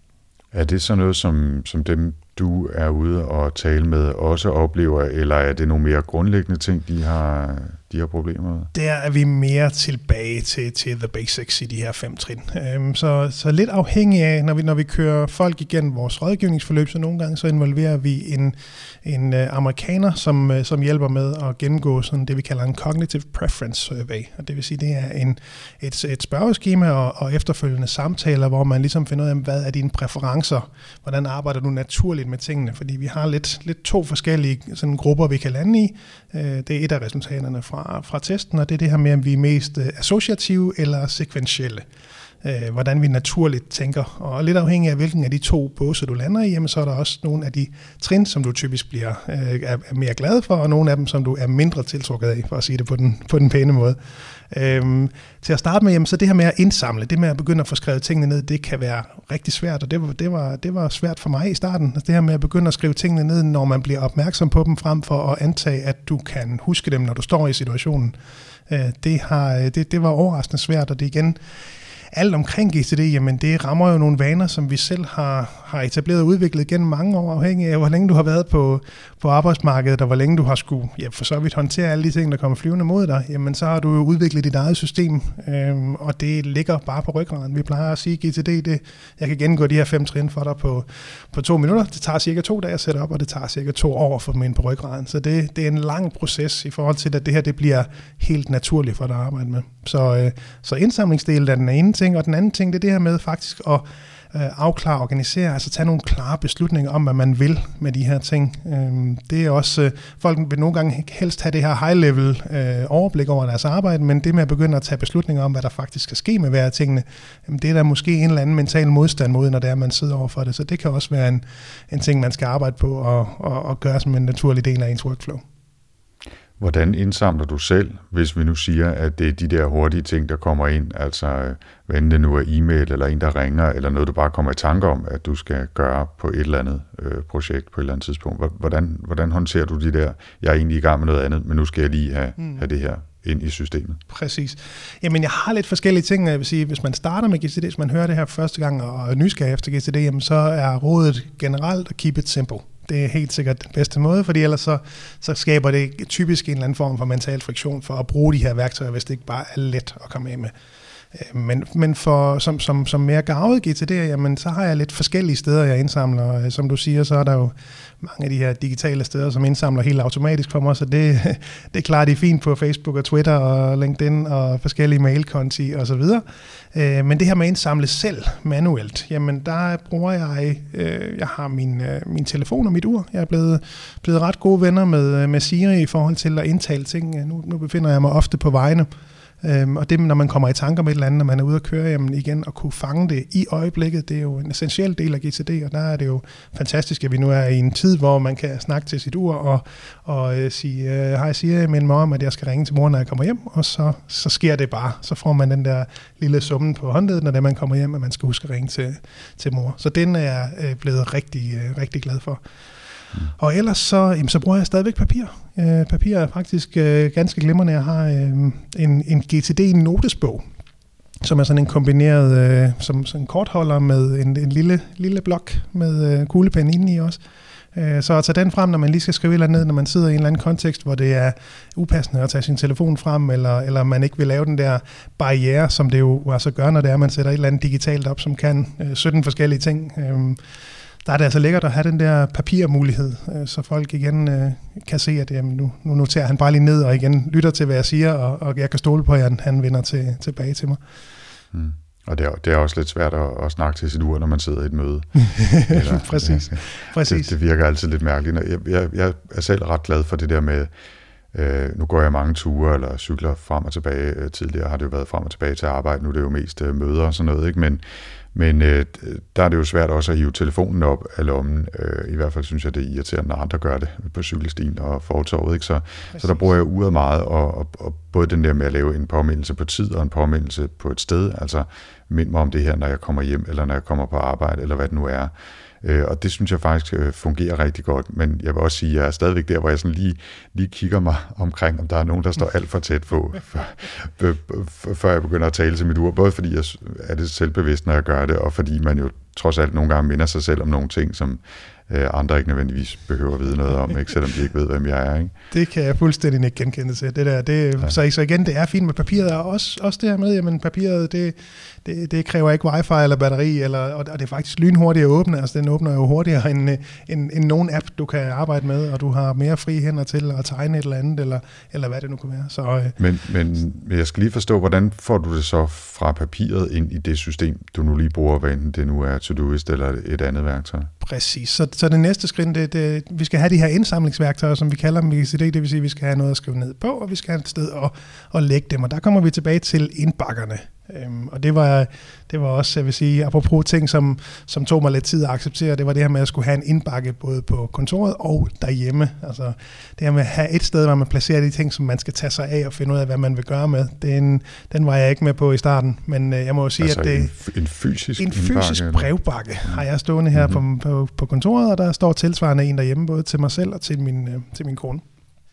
Speaker 1: Er det så noget, som, som dem, du er ude og tale med, også oplever, eller er det nogle mere grundlæggende ting, de har, de har problemer med?
Speaker 2: Der er vi mere tilbage til, til the basics i de her fem trin. Øhm, så, så lidt afhængig af, når vi, når vi kører folk igennem vores rådgivningsforløb, så nogle gange så involverer vi en, en uh, amerikaner, som, uh, som hjælper med at gennemgå sådan det, vi kalder en cognitive preference survey. Og det vil sige, det er en, et, et spørgeskema og, og efterfølgende samtaler, hvor man ligesom finder ud af, hvad er dine præferencer, hvordan arbejder du naturligt med tingene, fordi vi har lidt, lidt to forskellige sådan, grupper, vi kan lande i. Det er et af resultaterne fra, fra testen, og det er det her med, om vi er mest associative eller sekventielle. Hvordan vi naturligt tænker. Og lidt afhængig af, hvilken af de to båser du lander i, jamen, så er der også nogle af de trin, som du typisk bliver er mere glad for, og nogle af dem, som du er mindre tiltrukket af, for at sige det på den, på den pæne måde. Øhm, til at starte med, jamen, så det her med at indsamle, det med at begynde at få skrevet tingene ned, det kan være rigtig svært, og det var, det var, det var svært for mig i starten. Altså det her med at begynde at skrive tingene ned, når man bliver opmærksom på dem, frem for at antage, at du kan huske dem, når du står i situationen. Øh, det, har, det, det var overraskende svært, og det igen, alt omkring G T D, jamen det rammer jo nogle vaner, som vi selv har, har etableret og udviklet gennem mange år, afhængig af, hvor længe du har været på, på arbejdsmarkedet, og hvor længe du har skulle ja, for så vidt håndtere alle de ting, der kommer flyvende mod dig, jamen så har du jo udviklet dit eget system, øhm, og det ligger bare på ryggraden. Vi plejer at sige, G T D, det, jeg kan gennemgå de her fem trin for dig på, på to minutter. Det tager cirka to dage at sætte op, og det tager cirka to år for dem ind på ryggraden. Så det, det er en lang proces i forhold til, at det her det bliver helt naturligt for dig at arbejde med. Så, øh, så indsamlingsdelen er den ene ting, og den anden ting, det er det her med faktisk at øh, afklare, organisere, altså tage nogle klare beslutninger om, hvad man vil med de her ting. Øh, det er også, øh, folk vil nogle gange helst have det her high-level øh, overblik over deres arbejde, men det med at begynde at tage beslutninger om, hvad der faktisk skal ske med hver af tingene, øh, det er der måske en eller anden mental modstand mod, når det er, man sidder over for det. Så det kan også være en, en ting, man skal arbejde på og, og, og gøre som en naturlig del af ens workflow.
Speaker 1: Hvordan indsamler du selv, hvis vi nu siger, at det er de der hurtige ting, der kommer ind, altså hvad enten det nu er e-mail, eller en, der ringer, eller noget, du bare kommer i tanke om, at du skal gøre på et eller andet øh, projekt på et eller andet tidspunkt. Hvordan, hvordan håndterer du de der, jeg er egentlig i gang med noget andet, men nu skal jeg lige have, mm. have det her ind i systemet?
Speaker 2: Præcis. Jamen, jeg har lidt forskellige ting, jeg vil sige, hvis man starter med G T D, hvis man hører det her første gang og er nysgerrig efter G T D, jamen, så er rådet generelt at keep it simple. Det er helt sikkert den bedste måde, fordi ellers så, så skaber det typisk en eller anden form for mental friktion for at bruge de her værktøjer, hvis det ikke bare er let at komme af med. Men, men for, som, som, som mere garvet G T D'er, jamen, så har jeg lidt forskellige steder, jeg indsamler. Som du siger, så er der jo mange af de her digitale steder, som indsamler helt automatisk for mig, så det, det klarer de fint på Facebook og Twitter og LinkedIn og forskellige mailkonti og så videre. Men det her med at indsamle selv manuelt, jamen der bruger jeg, jeg har min, min telefon og mit ur. Jeg er blevet, blevet ret gode venner med, med Siri i forhold til at indtale ting. Nu, nu befinder jeg mig ofte på vejene. Øhm, og det, når man kommer i tanker med et eller andet, når man er ude at køre, jamen igen, at kunne fange det i øjeblikket, det er jo en essentiel del af G T D, og der er det jo fantastisk, at vi nu er i en tid, hvor man kan snakke til sit ur og, og øh, sige, øh, hej Siri, mind mig om, at jeg skal ringe til mor, når jeg kommer hjem, og så, så sker det bare. Så får man den der lille summen på håndledet, når det, man kommer hjem, at man skal huske at ringe til, til mor. Så den er jeg øh, blevet rigtig, øh, rigtig glad for. Mm. Og ellers så, jamen, så bruger jeg stadigvæk papir. Øh, papir er faktisk øh, ganske glimrende. Jeg har øh, en, en G T D-notesbog, som er sådan en kombineret øh, som sådan en kortholder med en, en lille, lille blok med øh, kuglepen inde i også. Øh, så at tage den frem, når man lige skal skrive et eller andet ned, når man sidder i en eller anden kontekst, hvor det er upassende at tage sin telefon frem, eller, eller man ikke vil lave den der barriere, som det jo altså gør, når det er, man sætter et eller andet digitalt op, som kan øh, sytten forskellige ting. Øh, der er det altså lækkert at have den der papirmulighed, øh, så folk igen øh, kan se, at jamen, nu, nu noterer han bare lige ned, og igen lytter til, hvad jeg siger, og, og jeg kan stole på, at han, han vender til, tilbage til mig.
Speaker 1: Mm. Og det er, det er også lidt svært at, at snakke til sit ur, når man sidder i et møde.
Speaker 2: Eller, Præcis.
Speaker 1: Ja,
Speaker 2: Præcis.
Speaker 1: Det, det virker altid lidt mærkeligt. Jeg, jeg, jeg er selv ret glad for det der med, øh, nu går jeg mange ture, eller cykler frem og tilbage. Tidligere har det jo været frem og tilbage til arbejde, nu er det jo mest øh, møder og sådan noget, ikke? Men, men øh, der er det jo svært også at hive telefonen op af lommen. Øh, I hvert fald synes jeg, det er irriterende, når andre gør det på cykelstien og fortovet, ikke? Så, så der bruger jeg uret meget, og, og, og både den der med at lave en påmindelse på tid og en påmindelse på et sted, altså mind mig om det her, når jeg kommer hjem, eller når jeg kommer på arbejde, eller hvad det nu er. Øh, og det synes jeg faktisk øh, fungerer rigtig godt, men jeg vil også sige, at jeg er stadigvæk der, hvor jeg sådan lige, lige kigger mig omkring, om der er nogen, der står alt for tæt på, før, før jeg begynder at tale til mit ur, både fordi jeg er det selvbevidst, når jeg gør det, og fordi man jo trods alt nogle gange minder sig selv om nogle ting, som øh, andre ikke nødvendigvis behøver at vide noget om, ikke? Selvom de ikke ved, hvem jeg er. Ikke?
Speaker 2: Det kan jeg fuldstændig ikke genkende til. Det der, det, ja. så, så igen, det er fint med papiret, og også, også det her med, jamen papiret, det, det, det kræver ikke wifi eller batteri, eller, og det er faktisk lynhurtigt at åbne, altså den åbner jo hurtigere end, end, end nogen app, du kan arbejde med, og du har mere fri hænder til at tegne et eller andet, eller, eller hvad det nu kan være. Så, øh,
Speaker 1: men, men jeg skal lige forstå, hvordan får du det så fra papiret ind i det system, du nu lige bruger, hvad enten det nu er Todoist eller et andet værktøj?
Speaker 2: Præcis. Så, så det næste skridt, det, det, vi skal have de her indsamlingsværktøjer, som vi kalder dem i G C D, det vil sige, at vi skal have noget at skrive ned på, og vi skal have et sted at, at lægge dem. Og der kommer vi tilbage til indbakkerne. Øhm, og det var, det var også, jeg vil sige, apropos ting, som, som tog mig lidt tid at acceptere, det var det her med at skulle have en indbakke både på kontoret og derhjemme. Altså det her med at have et sted, hvor man placerer de ting, som man skal tage sig af og finde ud af, hvad man vil gøre med. Den, den var jeg ikke med på i starten, men øh, jeg må jo sige,
Speaker 1: altså
Speaker 2: at det
Speaker 1: en, en fysisk
Speaker 2: en fysisk brevbakke har jeg stående her mm-hmm. på, på, på kontoret, og der står tilsvarende en derhjemme, både til mig selv og til min, øh, til min kone.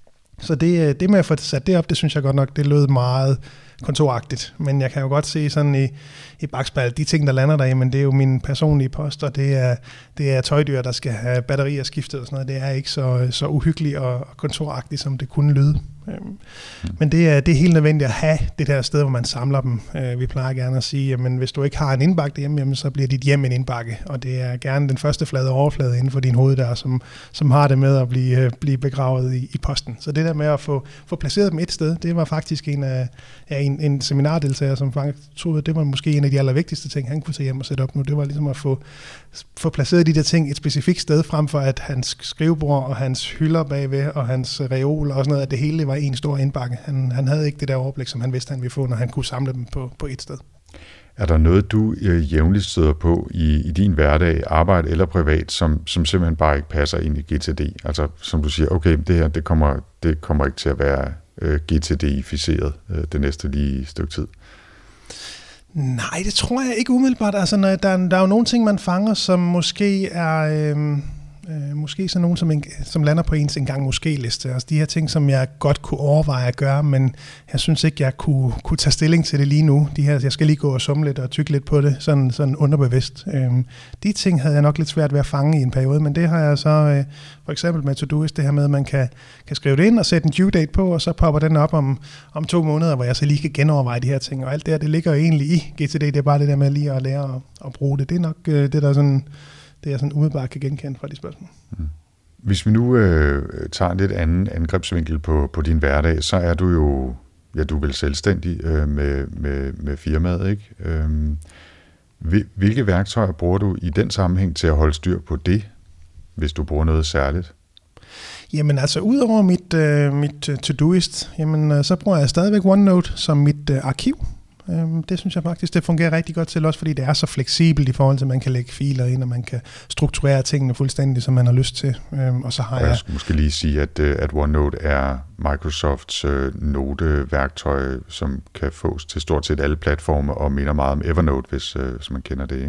Speaker 2: Så det, det med at få sat det op, det synes jeg godt nok, det lød meget kontoragtigt. Men jeg kan jo godt se sådan i, i bakspejlet, de ting, der lander der, men det er jo min personlige post, og det er, det er tøjdyr, der skal have batterier skiftet og sådan noget. Det er ikke så, så uhyggeligt og kontoragtigt, som det kunne lyde. Mm. Men det er, det er helt nødvendigt at have det der sted, hvor man samler dem. Vi plejer gerne at sige, at hvis du ikke har en indbakke derhjemme, så bliver dit hjem en indbakke. Og det er gerne den første flade overflade inden for din hoved der, som, som har det med at blive, blive begravet i, i posten. Så det der med at få, få placeret dem et sted, det var faktisk en af ja, en, en seminardeltager, som faktisk troede, det var måske en af de allervigtigste ting, han kunne tage hjem og sætte op nu. Det var ligesom at få, få placeret de der ting et specifikt sted, frem for at hans skrivebord og hans hylder bagved og hans reol og sådan noget, at det hele var en stor indbakke. Han, han havde ikke det der overblik, som han vidste, han ville få, når han kunne samle dem på, på et sted.
Speaker 1: Er der noget, du øh, jævnligt støder på i, i din hverdag, arbejde eller privat, som, som simpelthen bare ikke passer ind i G T D? Altså som du siger, okay, det her det kommer, det kommer ikke til at være øh, G T D-ificeret øh, det næste lige stykke tid?
Speaker 2: Nej, det tror jeg ikke umiddelbart. Altså, der, der er jo nogle ting, man fanger, som måske er... Øh, Øh, måske sådan nogen, som, en, som lander på ens engang måske-liste. Altså de her ting, som jeg godt kunne overveje at gøre, men jeg synes ikke, jeg kunne, kunne tage stilling til det lige nu. De her, jeg skal lige gå og summe lidt og tykke lidt på det, sådan, sådan underbevidst. Øh, de ting havde jeg nok lidt svært ved at fange i en periode, men det har jeg så øh, for eksempel med Todoist, det her med, at man kan, kan skrive det ind og sætte en due date på, og så popper den op om, om to måneder, hvor jeg så lige kan genoverveje de her ting. Og alt det her, det ligger jo egentlig i G T D. Det er bare det der med lige at lære at, at bruge det. Det er nok øh, det, der sådan... Det er sådan umiddelbart kan genkende fra de spørgsmål. Mm.
Speaker 1: Hvis vi nu øh, tager en lidt anden angrebsvinkel på, på din hverdag, så er du jo, ja, du er vel selvstændig øh, med, med, med firmaet, ikke? Øhm, hvilke værktøjer bruger du i den sammenhæng til at holde styr på det, hvis du bruger noget særligt?
Speaker 2: Jamen altså, udover mit, øh, mit Todoist, jamen øh, så bruger jeg stadigvæk OneNote som mit øh, arkiv. Det synes jeg faktisk, det fungerer rigtig godt til, også fordi det er så fleksibelt i forhold til, at man kan lægge filer ind, og man kan strukturere tingene fuldstændig, som man har lyst til. Og så har og jeg...
Speaker 1: jeg skal måske lige sige, at, at OneNote er Microsofts noteværktøj, som kan fås til stort set alle platforme, og minder meget om Evernote, hvis, hvis man kender det, ikke?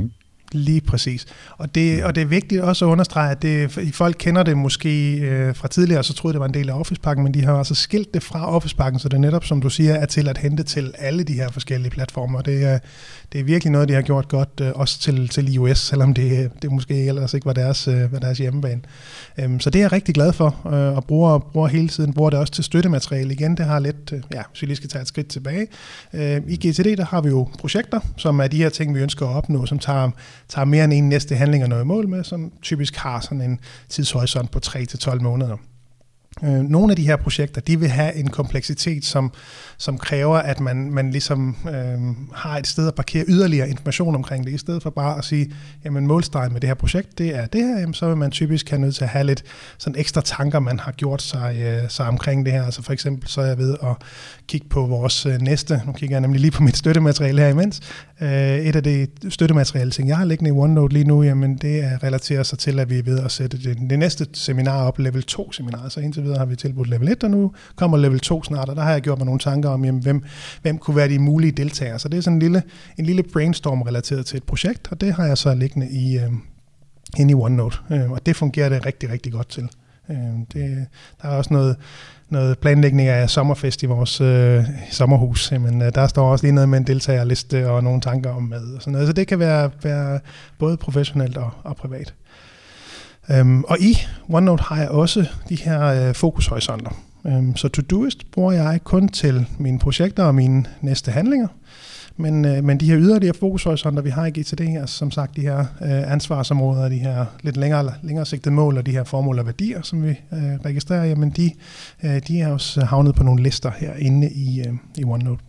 Speaker 2: Lige præcis. Og det, og det er vigtigt også at understrege, at det, folk kender det måske øh, fra tidligere, så troede det var en del af Office-pakken, men de har altså skilt det fra Office-pakken, så det er netop, som du siger, er til at hente til alle de her forskellige platformer. Det er, det er virkelig noget, de har gjort godt, øh, også til, til iOS, selvom det, det måske ellers ikke var deres, øh, var deres hjemmebane. Øhm, så det er jeg rigtig glad for, øh, og bruger, bruger hele tiden, bruger det også til støttemateriale igen. Det har lidt, øh, ja, hvis vi lige skal tage et skridt tilbage. Øh, I G T D, der har vi jo projekter, som er de her ting, vi ønsker at opnå, som tager tager mere end en næste handling og noget mål med, som typisk har sådan en tidshorisont på tre til tolv måneder. Nogle af de her projekter, de vil have en kompleksitet, som, som kræver, at man, man ligesom øh, har et sted at parkere yderligere information omkring det, i stedet for bare at sige, jamen målstregen med det her projekt, det er det her, jamen, så vil man typisk have nødt til at have lidt sådan ekstra tanker, man har gjort sig, øh, sig omkring det her. Altså for eksempel, så er jeg ved at kigge på vores øh, næste, nu kigger jeg nemlig lige på mit støttemateriale her imens, øh, et af de støttemateriale ting, jeg har liggende i OneNote lige nu, jamen det relaterer sig til, at vi er ved at sætte det, det næste seminar op, level to seminar, så indtil videre har vi tilbudt level et, og nu kommer level to snart, og der har jeg gjort mig nogle tanker om, jamen, hvem, hvem kunne være de mulige deltagere. Så det er sådan en lille, en lille brainstorm relateret til et projekt, og det har jeg så liggende i, øh, inde i OneNote, øh, og det fungerer det rigtig, rigtig godt til. Øh, det, der er også noget, noget planlægning af sommerfest i vores øh, sommerhus, men øh, der står også lige noget med en deltagerliste og nogle tanker om mad og sådan noget, så det kan være, være både professionelt og, og privat. Um, og i OneNote har jeg også de her uh, fokushorisonter. Um, så To-Doist bruger jeg kun til mine projekter og mine næste handlinger. Men, uh, men de her yderligere fokushorisonter, vi har i G T D, altså som sagt de her uh, ansvarsområder, de her lidt længere, længere sigtede mål og de her formål og værdier, som vi uh, registrerer, jamen de, uh, de er også havnet på nogle lister herinde i, uh, i OneNote.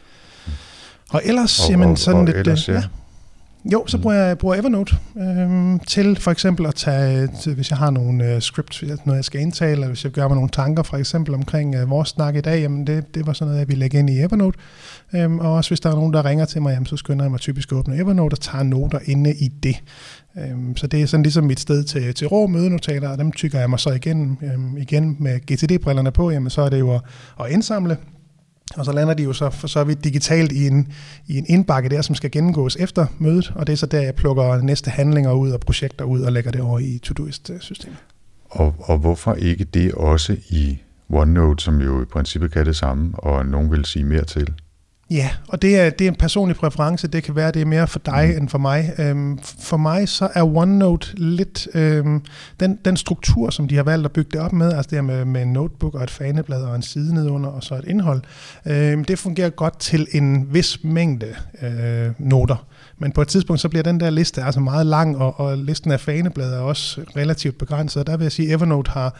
Speaker 2: Og ellers,
Speaker 1: og,
Speaker 2: jamen
Speaker 1: og,
Speaker 2: sådan
Speaker 1: og
Speaker 2: lidt...
Speaker 1: Ellers, ja.
Speaker 2: Ja. Jo, så bruger jeg bruger Evernote øhm, til for eksempel at tage, til, hvis jeg har nogle øh, script, noget jeg skal indtale, eller hvis jeg gør mig nogle tanker for eksempel omkring øh, vores snak i dag, jamen det, det var sådan noget, jeg ville lægge ind i Evernote. Øhm, og også hvis der er nogen, der ringer til mig, jamen så skynder jeg mig typisk at åbne Evernote og tager noter inde i det. Øhm, så det er sådan ligesom mit sted til, til rå mødenotater, og dem tykker jeg mig så igen, øhm, igen med G T D-brillerne på, jamen så er det jo at, at indsamle. Og så lander de jo så for så vidt digitalt i en, i en indbakke der, som skal gennemgås efter mødet, og det er så der, jeg plukker næste handlinger ud og projekter ud og lægger det over i To-Doist-systemet.
Speaker 1: Og, og hvorfor ikke det også i OneNote, som jo i princippet kan det samme, og nogen vil sige mere til?
Speaker 2: Ja, og det er, det er en personlig præference. Det kan være, at det er mere for dig mm. end for mig. Øhm, for mig så er OneNote lidt øhm, den, den struktur, som de har valgt at bygge det op med, altså det her med, med en notebook og et faneblad og en side nedunder og så et indhold, øhm, det fungerer godt til en vis mængde øh, noter. Men på et tidspunkt så bliver den der liste altså meget lang, og, og listen af faneblad er også relativt begrænset. Og der vil jeg sige, at Evernote har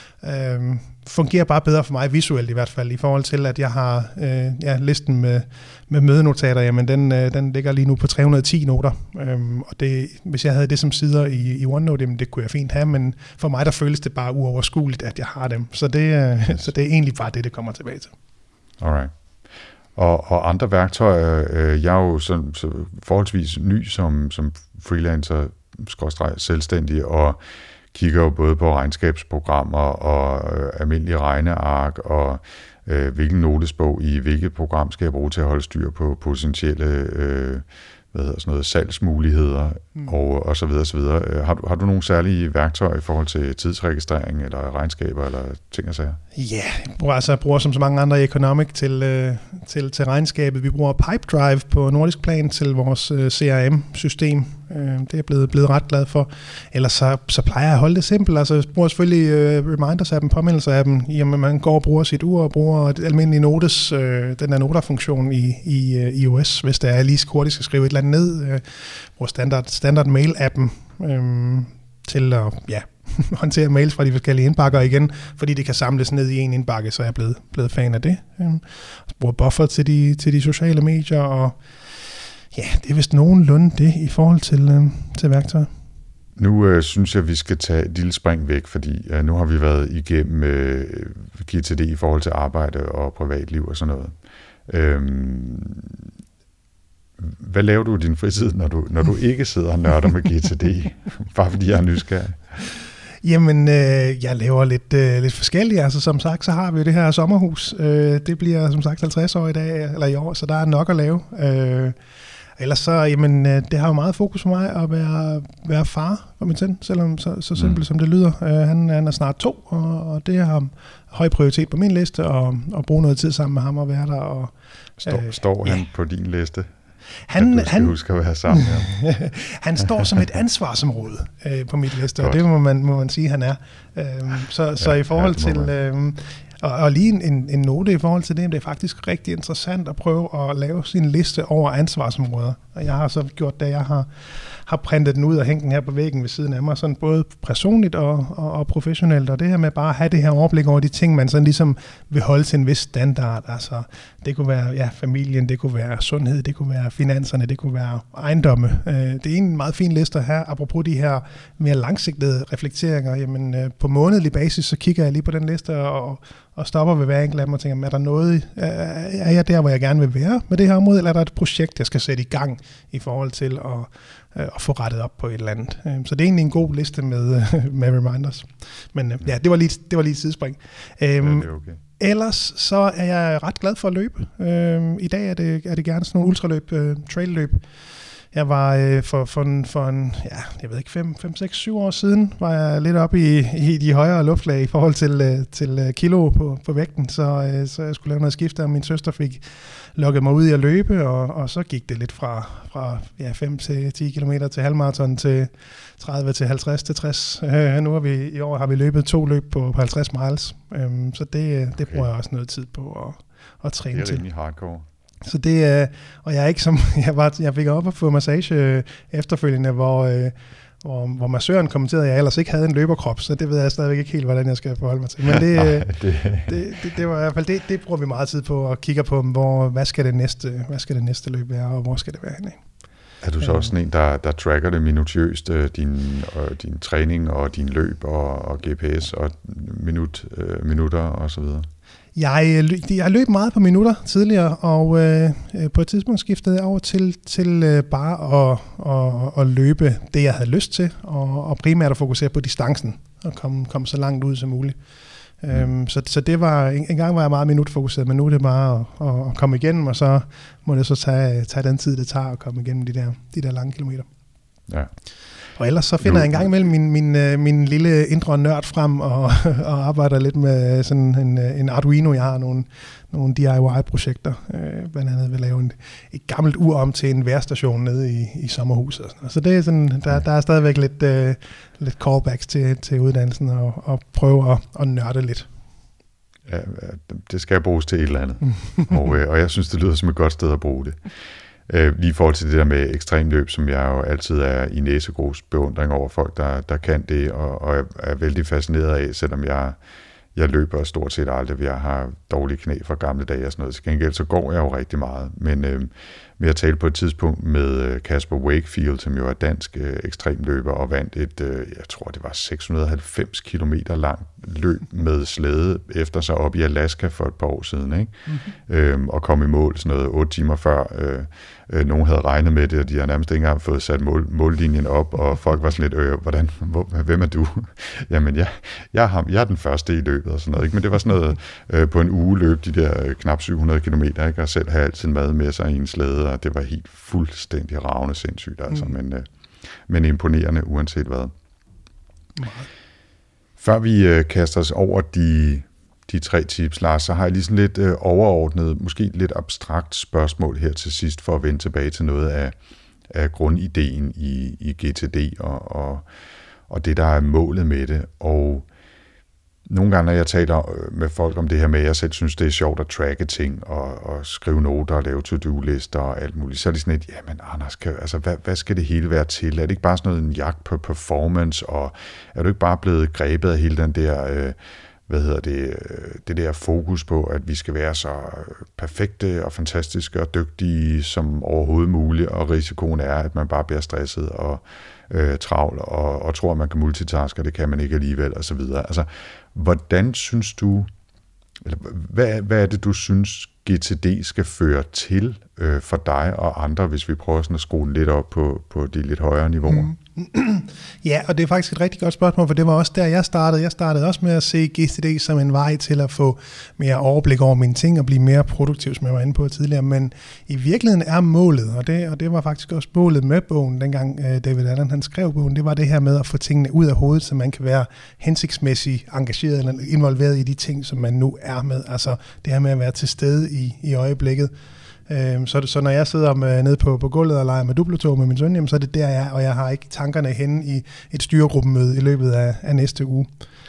Speaker 2: Øhm, fungerer bare bedre for mig visuelt i hvert fald, i forhold til at jeg har øh, ja, listen med, med mødenotater, jamen den, øh, den ligger lige nu på tre hundrede og ti noter, øhm, og det, hvis jeg havde det som sider i, i OneNote, jamen det kunne jeg fint have, men for mig der føles det bare uoverskueligt, at jeg har dem, så det, øh, så det er egentlig bare det, det kommer tilbage til.
Speaker 1: Alright. Og, og andre værktøjer, øh, jeg er jo så, så forholdsvis ny som, som freelancer, skråstreg selvstændig, og kigger jo både på regnskabsprogrammer og øh, almindelige regneark og øh, hvilken notesbog i hvilket program skal jeg bruge til at holde styr på potentielle øh, hvad hedder sådan noget, salgsmuligheder mm. og, og så videre, så videre. Har du, har du nogle særlige værktøjer i forhold til tidsregistrering eller regnskaber eller ting og sager?
Speaker 2: Ja, jeg bruger, altså, jeg bruger som så mange andre i Economic til, øh, til, til regnskabet. Vi bruger Pipedrive på nordisk plan til vores øh, C R M-system. Øh, det er jeg blevet, blevet ret glad for. Ellers så, så plejer jeg at holde det simpelt. Altså, jeg bruger selvfølgelig øh, Reminders-appen, påmindelser-appen. Jamen, man går og bruger sit ur og bruger et almindeligt notes, øh, den der noter-funktion i, i øh, iOS, hvis der er lige hurtigt skal skrive et eller andet ned. Øh, bruger standard, standard mail-appen øh, til at ja, håndtere mails fra de forskellige indbakker igen, fordi det kan samles ned i en indbakke, så er jeg blevet, blevet fan af det. Øh, bruger Buffer til de, til de sociale medier, og ja, det er vist nogenlunde det i forhold til, øh, til værktøjer.
Speaker 1: Nu øh, synes jeg, vi skal tage et lille spring væk, fordi øh, nu har vi været igennem øh, G T D i forhold til arbejde og privatliv og sådan noget. Øhm, hvad laver du i din fritid, når du, når du ikke sidder og nørder med G T D? Bare fordi jeg er nysgerrig.
Speaker 2: Jamen, øh, jeg laver lidt, øh, lidt forskelligt. Altså, som sagt, så har vi jo det her sommerhus. Øh, det bliver, som sagt, halvtreds år i dag, eller i år, så der er nok at lave. Øh, ellers så, jamen, det har jo meget fokus for mig at være, være far for min søn, selvom så, så simpelt mm. som det lyder. Uh, han, han er snart to, og, og det har høj prioritet på min liste, og, og bruge noget tid sammen med ham og være der. Og,
Speaker 1: står
Speaker 2: uh,
Speaker 1: står
Speaker 2: ja.
Speaker 1: han på din liste?
Speaker 2: Han,
Speaker 1: at du skal
Speaker 2: han,
Speaker 1: huske at være sammen med ham.
Speaker 2: Han står som et ansvarsområde øh, på mit liste,
Speaker 1: Godt.
Speaker 2: og det må man, må man sige, han er. Øh, så, ja, så i forhold ja, til... Øh, og, og lige en, en note i forhold til det, det er faktisk rigtig interessant at prøve at lave sin liste over ansvarsområder. Og jeg har så gjort det, jeg har, har printet den ud og hængt den her på væggen ved siden af mig, sådan både personligt og, og, og professionelt. Og det her med bare at have det her overblik over de ting, man sådan ligesom vil holde til en vis standard. Altså, det kunne være ja, familien, det kunne være sundhed, det kunne være finanserne, det kunne være ejendomme. Øh, det er en meget fin liste at have, apropos de her mere langsigtede reflekteringer. Jamen, øh, på månedlig basis, så kigger jeg lige på den liste og, og stopper ved hver enkelt af dem og tænker, er der noget, er jeg der, hvor jeg gerne vil være med det her område, eller er der et projekt, jeg skal sætte i gang i forhold til at, at få rettet op på et eller andet. Så det er egentlig en god liste med, med reminders. Men ja, det var lige, det var lige et sidespring.
Speaker 1: Ja, det er okay.
Speaker 2: Ellers så er jeg ret glad for at løbe. I dag er det, er det gerne sådan nogle ultraløb, trailløb. Jeg var øh, for, for, en, for en, ja, jeg ved ikke, fem, fem, seks, syv år siden, var jeg lidt oppe i, i de højere luftlag i forhold til, øh, til kilo på, på vægten, så, øh, så jeg skulle lave noget skifte, og min søster fik lukket mig ud i at løbe, og, og så gik det lidt fra, fra ja, fem til ti kilometer til halvmaraton til tredive til halvtreds til tres. Øh, nu har vi, i år har vi løbet to løb på, på halvtreds miles, øh, så det, det okay. bruger jeg også noget tid på at, at træne til.
Speaker 1: Det er rimelig hardcore.
Speaker 2: Så det, øh, og jeg er ikke som, jeg, var, jeg fik op at få massage øh, efterfølgende, hvor, øh, hvor, hvor massøren kommenterede, at jeg ellers ikke havde en løberkrop, så det ved jeg stadigvæk ikke helt, hvordan jeg skal forholde mig til. Men det,
Speaker 1: Nej,
Speaker 2: det, det, det, det var i hvert fald, det, det bruger vi meget tid på at kigge på, hvor, hvad skal det næste, hvad skal det næste løb være, og hvor skal det være henne.
Speaker 1: Er du så også sådan en, der, der tracker det minutiøst, din, og din træning og din løb og, og G P S og minut, øh, minutter og så videre?
Speaker 2: Jeg, jeg løb meget på minutter tidligere, og øh, på et tidspunkt skiftede jeg over til, til øh, bare at, at, at løbe det, jeg havde lyst til, og, og primært at fokusere på distancen, og komme, komme så langt ud som muligt. Mm. Øhm, så, så det var, en, en gang var jeg meget minutfokuseret, men nu er det bare at, at, at komme igennem, og så må det så tage, tage den tid, det tager at komme igennem de der, de der lange kilometer. Ja. Og ellers så finder jeg en gang imellem min, min, min lille indre nørd frem og, og arbejder lidt med sådan en, en Arduino. Jeg har nogle, nogle D I Y-projekter. Øh, blandt andet vil lave en, et gammelt ur om til en værstation nede i, i sommerhuset. Og sådan. Så det er sådan, der, der er stadigvæk lidt, øh, lidt callbacks til, til uddannelsen og, og prøve at, at nørde lidt.
Speaker 1: Ja, det skal bruges til et eller andet. og, øh, og jeg synes, det lyder som et godt sted at bruge det. Øh, lige i forhold til det der med ekstremløb, som jeg jo altid er i næsegrus beundring over folk, der, der kan det, og, og er vældig fascineret af, selvom jeg, jeg løber stort set aldrig, jeg har dårlige knæ fra gamle dage og sådan noget. Til gengæld så går jeg jo rigtig meget, men øh, jeg talte på et tidspunkt med Kasper Wakefield, som jo er dansk øh, ekstremløber, og vandt et, øh, jeg tror det var seks hundrede og halvfems kilometer langt løb med slæde efter sig op i Alaska for et par år siden, ikke? Mm-hmm. Øhm, og kom i mål sådan noget otte timer før øh, øh, nogen havde regnet med det, og de har nærmest ikke engang fået sat mål, mållinjen op, og folk var sådan lidt, øh, hvordan, hvor, hvem er du? Jamen, ja, jeg, er ham, jeg er den første i løbet og sådan noget, ikke? Men det var sådan noget øh, på en uge løb, de der øh, knap syv hundrede kilometer, ikke? Og selv have altid mad med sig i en slæde, og det var helt fuldstændig ravne sindssygt, altså, mm. men, øh, men imponerende uanset hvad. Meget. Før vi øh, kaster os over de, de tre tips, Lars, så har jeg lige sådan lidt øh, overordnet, måske lidt abstrakt spørgsmål her til sidst, for at vende tilbage til noget af, af grundideen i, i G T D og, og, og det, der er målet med det. Og nogle gange, når jeg taler med folk om det her med, at jeg selv synes, det er sjovt at tracke ting og, og skrive noter og lave to-do-lister og alt muligt, så er det sådan et, jamen Anders, kan, altså, hvad, hvad skal det hele være til? Er det ikke bare sådan noget en jagt på performance, og er du ikke bare blevet grebet af hele den der, øh, hvad hedder det, det der fokus på, at vi skal være så perfekte og fantastiske og dygtige som overhovedet muligt, og risikoen er, at man bare bliver stresset og øh, travl og, og tror, at man kan multitaske, og det kan man ikke alligevel, og så videre. Altså, hvordan synes du, eller hvad, hvad er det, du synes, G T D skal føre til øh, for dig og andre, hvis vi prøver sådan at skrue lidt op på, på de lidt højere niveauer? Mm,
Speaker 2: Ja, og det er faktisk et rigtig godt spørgsmål, for det var også der, jeg startede. Jeg startede også med at se G T D som en vej til at få mere overblik over mine ting og blive mere produktiv, som jeg var inde på tidligere. Men i virkeligheden er målet, og det, og det var faktisk også målet med bogen, dengang David Allen han skrev bogen, det var det her med at få tingene ud af hovedet, så man kan være hensigtsmæssigt engageret eller involveret i de ting, som man nu er med. Altså det her med at være til stede i, i øjeblikket. Så, så når jeg sidder med, nede på, på gulvet og leger med Duplo med min søn, jamen, så er det der, jeg er, og jeg har ikke tankerne henne i et styregruppemøde i løbet af, af næste uge.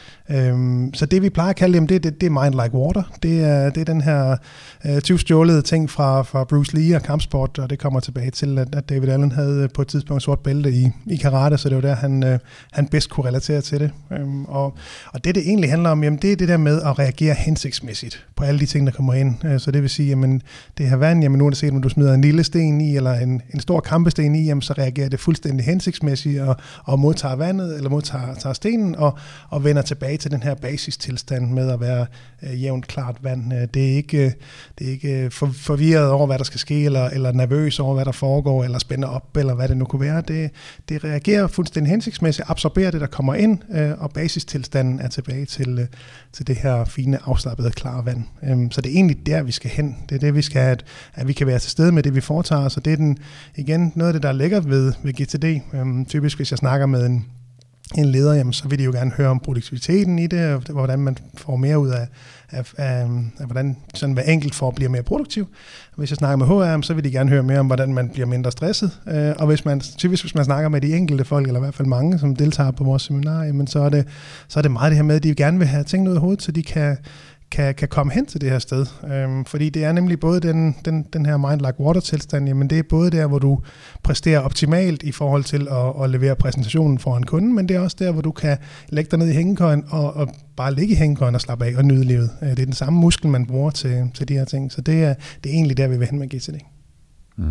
Speaker 2: Øhm, så det vi plejer at kalde dem, det, det, det er mind like water. Det er, det er den her øh, tyvstjålede ting fra, fra Bruce Lee og kampsport, og det kommer tilbage til, at, at David Allen havde på et tidspunkt sort bælte i, i karate, så det var der, han, øh, han bedst kunne relatere til det. Øhm, og, og det, det egentlig handler om, jamen, det er det der med at reagere hensigtsmæssigt på alle de ting, der kommer ind. Øh, så det vil sige, jamen, det her vand, jamen nu har du set, når du smider en lille sten i, eller en, en stor kampesten i, jamen, så reagerer det fuldstændig hensigtsmæssigt, og, og modtager vandet, eller modtager tager stenen, og, og vender tilbage til den her basistilstand med at være øh, jævnt klart vand. Det er ikke, det er ikke for, forvirret over, hvad der skal ske, eller, eller nervøs over, hvad der foregår, eller spænder op, eller hvad det nu kunne være. Det, det reagerer fuldstændig hensigtsmæssigt, absorberer det, der kommer ind, øh, og basistilstanden er tilbage til, øh, til det her fine, afslappede, klare vand. Øhm, så det er egentlig der, vi skal hen. Det er det, vi skal have, at, at vi kan være til stede med det, vi foretager os, og det er den, igen noget af det, der er lækkert ved, ved G T D. Øhm, typisk, hvis jeg snakker med en en leder, jamen, så vil de jo gerne høre om produktiviteten i det, og hvordan man får mere ud af, af, af, af hvordan sådan hver enkelt får bliver mere produktiv. Hvis jeg snakker med H R, så vil de gerne høre mere om, hvordan man bliver mindre stresset. Og hvis man, typisk hvis man snakker med de enkelte folk, eller i hvert fald mange, som deltager på vores seminar, jamen, så, er det, så er det meget det her med, at de gerne vil have tingene ud af hovedet, så de kan Kan, kan komme hen til det her sted. Øhm, fordi det er nemlig både den, den, den her mind like water tilstand, jamen det er både der, hvor du præsterer optimalt i forhold til at, at levere præsentationen foran kunden, men det er også der, hvor du kan lægge dig ned i hængekøjen og, og bare ligge i hængekøjen og slappe af og nyde livet. Det er den samme muskel, man bruger til, til de her ting, så det er, det er egentlig der, vi vil hen med G T D.
Speaker 1: Mm.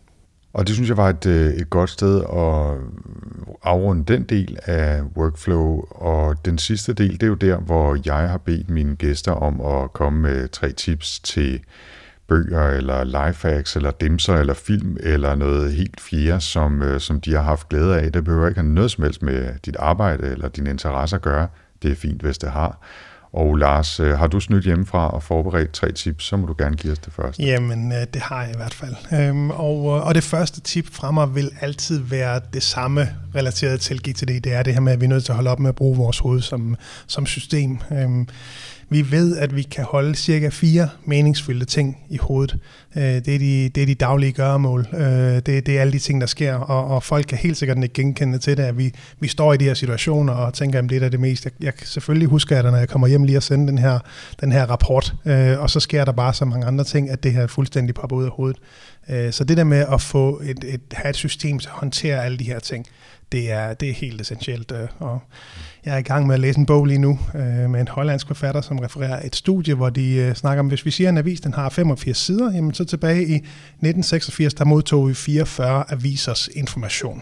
Speaker 1: Og det synes jeg var et, et godt sted at afrunde den del af workflow, og den sidste del, det er jo der, hvor jeg har bedt mine gæster om at komme med tre tips til bøger, eller lifehacks, eller dimser, eller film, eller noget helt fjerde, som, som de har haft glæde af. Det behøver ikke have noget som helst med dit arbejde eller dine interesser at gøre. Det er fint, hvis det har. Og Lars, har du snydt hjemmefra og forberedt tre tips, så må du gerne give os det første.
Speaker 2: Jamen, det har jeg i hvert fald. Øhm, og, og det første tip fra mig vil altid være det samme relateret til G T D. Det er det her med, at vi er nødt til at holde op med at bruge vores hoved som, som system. Øhm, Vi ved, at vi kan holde cirka fire meningsfyldte ting i hovedet. Det er de, det er de daglige gøremål. Det, det er alle de ting, der sker, og, og folk kan helt sikkert ikke genkende til det, at vi, vi står i de her situationer og tænker, at det er det mest. Jeg, jeg selvfølgelig husker jeg det, når jeg kommer hjem lige og sender den her, den her rapport, og så sker der bare så mange andre ting, at det her fuldstændig popper ud af hovedet. Så det der med at få et, et, have et system til at håndtere alle de her ting, det er, det er helt essentielt. Og jeg er i gang med at læse en bog lige nu med en hollandsk forfatter, som refererer et studie, hvor de snakker om, hvis vi siger, at en avis den har femogfirs sider, jamen så tilbage i nitten seksogfirs, der modtog vi fireogfyrre avisers information.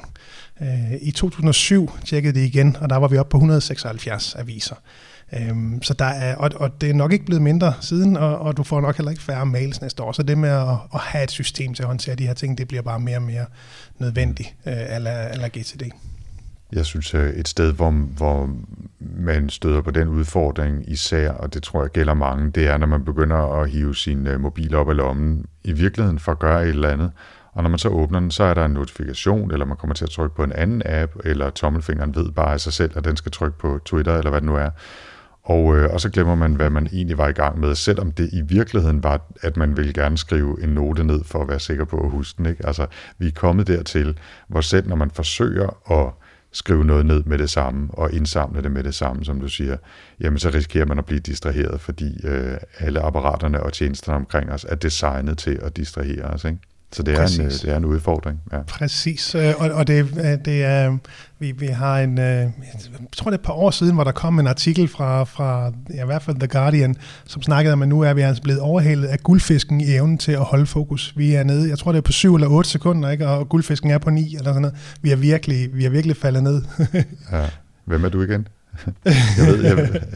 Speaker 2: I to tusind og syv tjekkede de igen, og der var vi oppe på et hundrede og seksoghalvfjerds aviser. Øhm, så der er, og, og det er nok ikke blevet mindre siden, og, og du får nok heller ikke færre mails næste år. Så det med at, at have et system til at håndtere de her ting, det bliver bare mere og mere nødvendigt, øh, eller, eller G T D.
Speaker 1: Jeg synes, et sted, hvor, hvor man støder på den udfordring især, og det tror jeg gælder mange, det er, når man begynder at hive sin mobil op af lommen, i virkeligheden for at gøre et eller andet. Og når man så åbner den, så er der en notifikation, eller man kommer til at trykke på en anden app, eller tommelfingeren ved bare af sig selv, at den skal trykke på Twitter, eller hvad det nu er. Og, øh, og så glemmer man, hvad man egentlig var i gang med, selvom det i virkeligheden var, at man ville gerne skrive en note ned, for at være sikker på at huske den. Ikke? Altså, vi er kommet dertil, hvor selv når man forsøger at skrive noget ned med det samme, og indsamle det med det samme, som du siger, jamen så risikerer man at blive distraheret, fordi øh, alle apparaterne og tjenesterne omkring os er designet til at distrahere os, ikke? Så det er, en, det er en udfordring. Ja.
Speaker 2: Præcis, og, og det, det er, vi, vi har en, jeg tror det er et par år siden, hvor der kom en artikel fra, fra ja, i hvert fald The Guardian, som snakkede om, at nu er vi altså blevet overhalet af guldfisken i evnen til at holde fokus. Vi er nede, jeg tror det er på syv eller otte sekunder, ikke? Og guldfisken er på ni eller sådan noget. Vi er virkelig, vi er virkelig faldet ned.
Speaker 1: Ja. Hvem er du igen? Jeg ved, jeg ved, ja.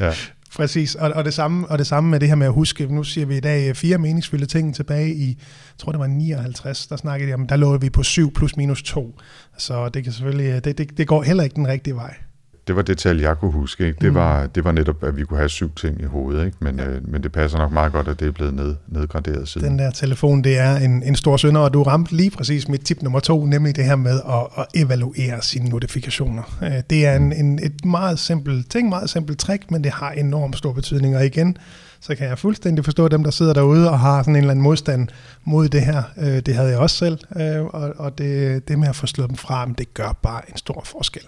Speaker 2: Præcis, og, og, det samme, og det samme med det her med at huske, nu siger vi i dag fire meningsfulde ting tilbage i, jeg tror det var nioghalvtreds, der snakkede jeg om, der lå vi på syv plus minus to, så det kan selvfølgelig, det, det, det går heller ikke den rigtige vej.
Speaker 1: Det var det tal, jeg kunne huske. Ikke? Det, mm. var, det var netop, at vi kunne have syv ting i hovedet, ikke? Men, ja. øh, men det passer nok meget godt, at det er blevet ned, nedgraderet siden. Den
Speaker 2: der telefon, det er en, en stor synder, og du ramte lige præcis mit tip nummer to, nemlig det her med at, at evaluere sine notifikationer. Det er en, en, et meget simpelt ting, meget simpelt trick, men det har enormt stor betydning. Og igen, så kan jeg fuldstændig forstå dem, der sidder derude og har sådan en eller anden modstand mod det her. Det havde jeg også selv, og, og det, det med at få slået dem fra, det gør bare en stor forskel.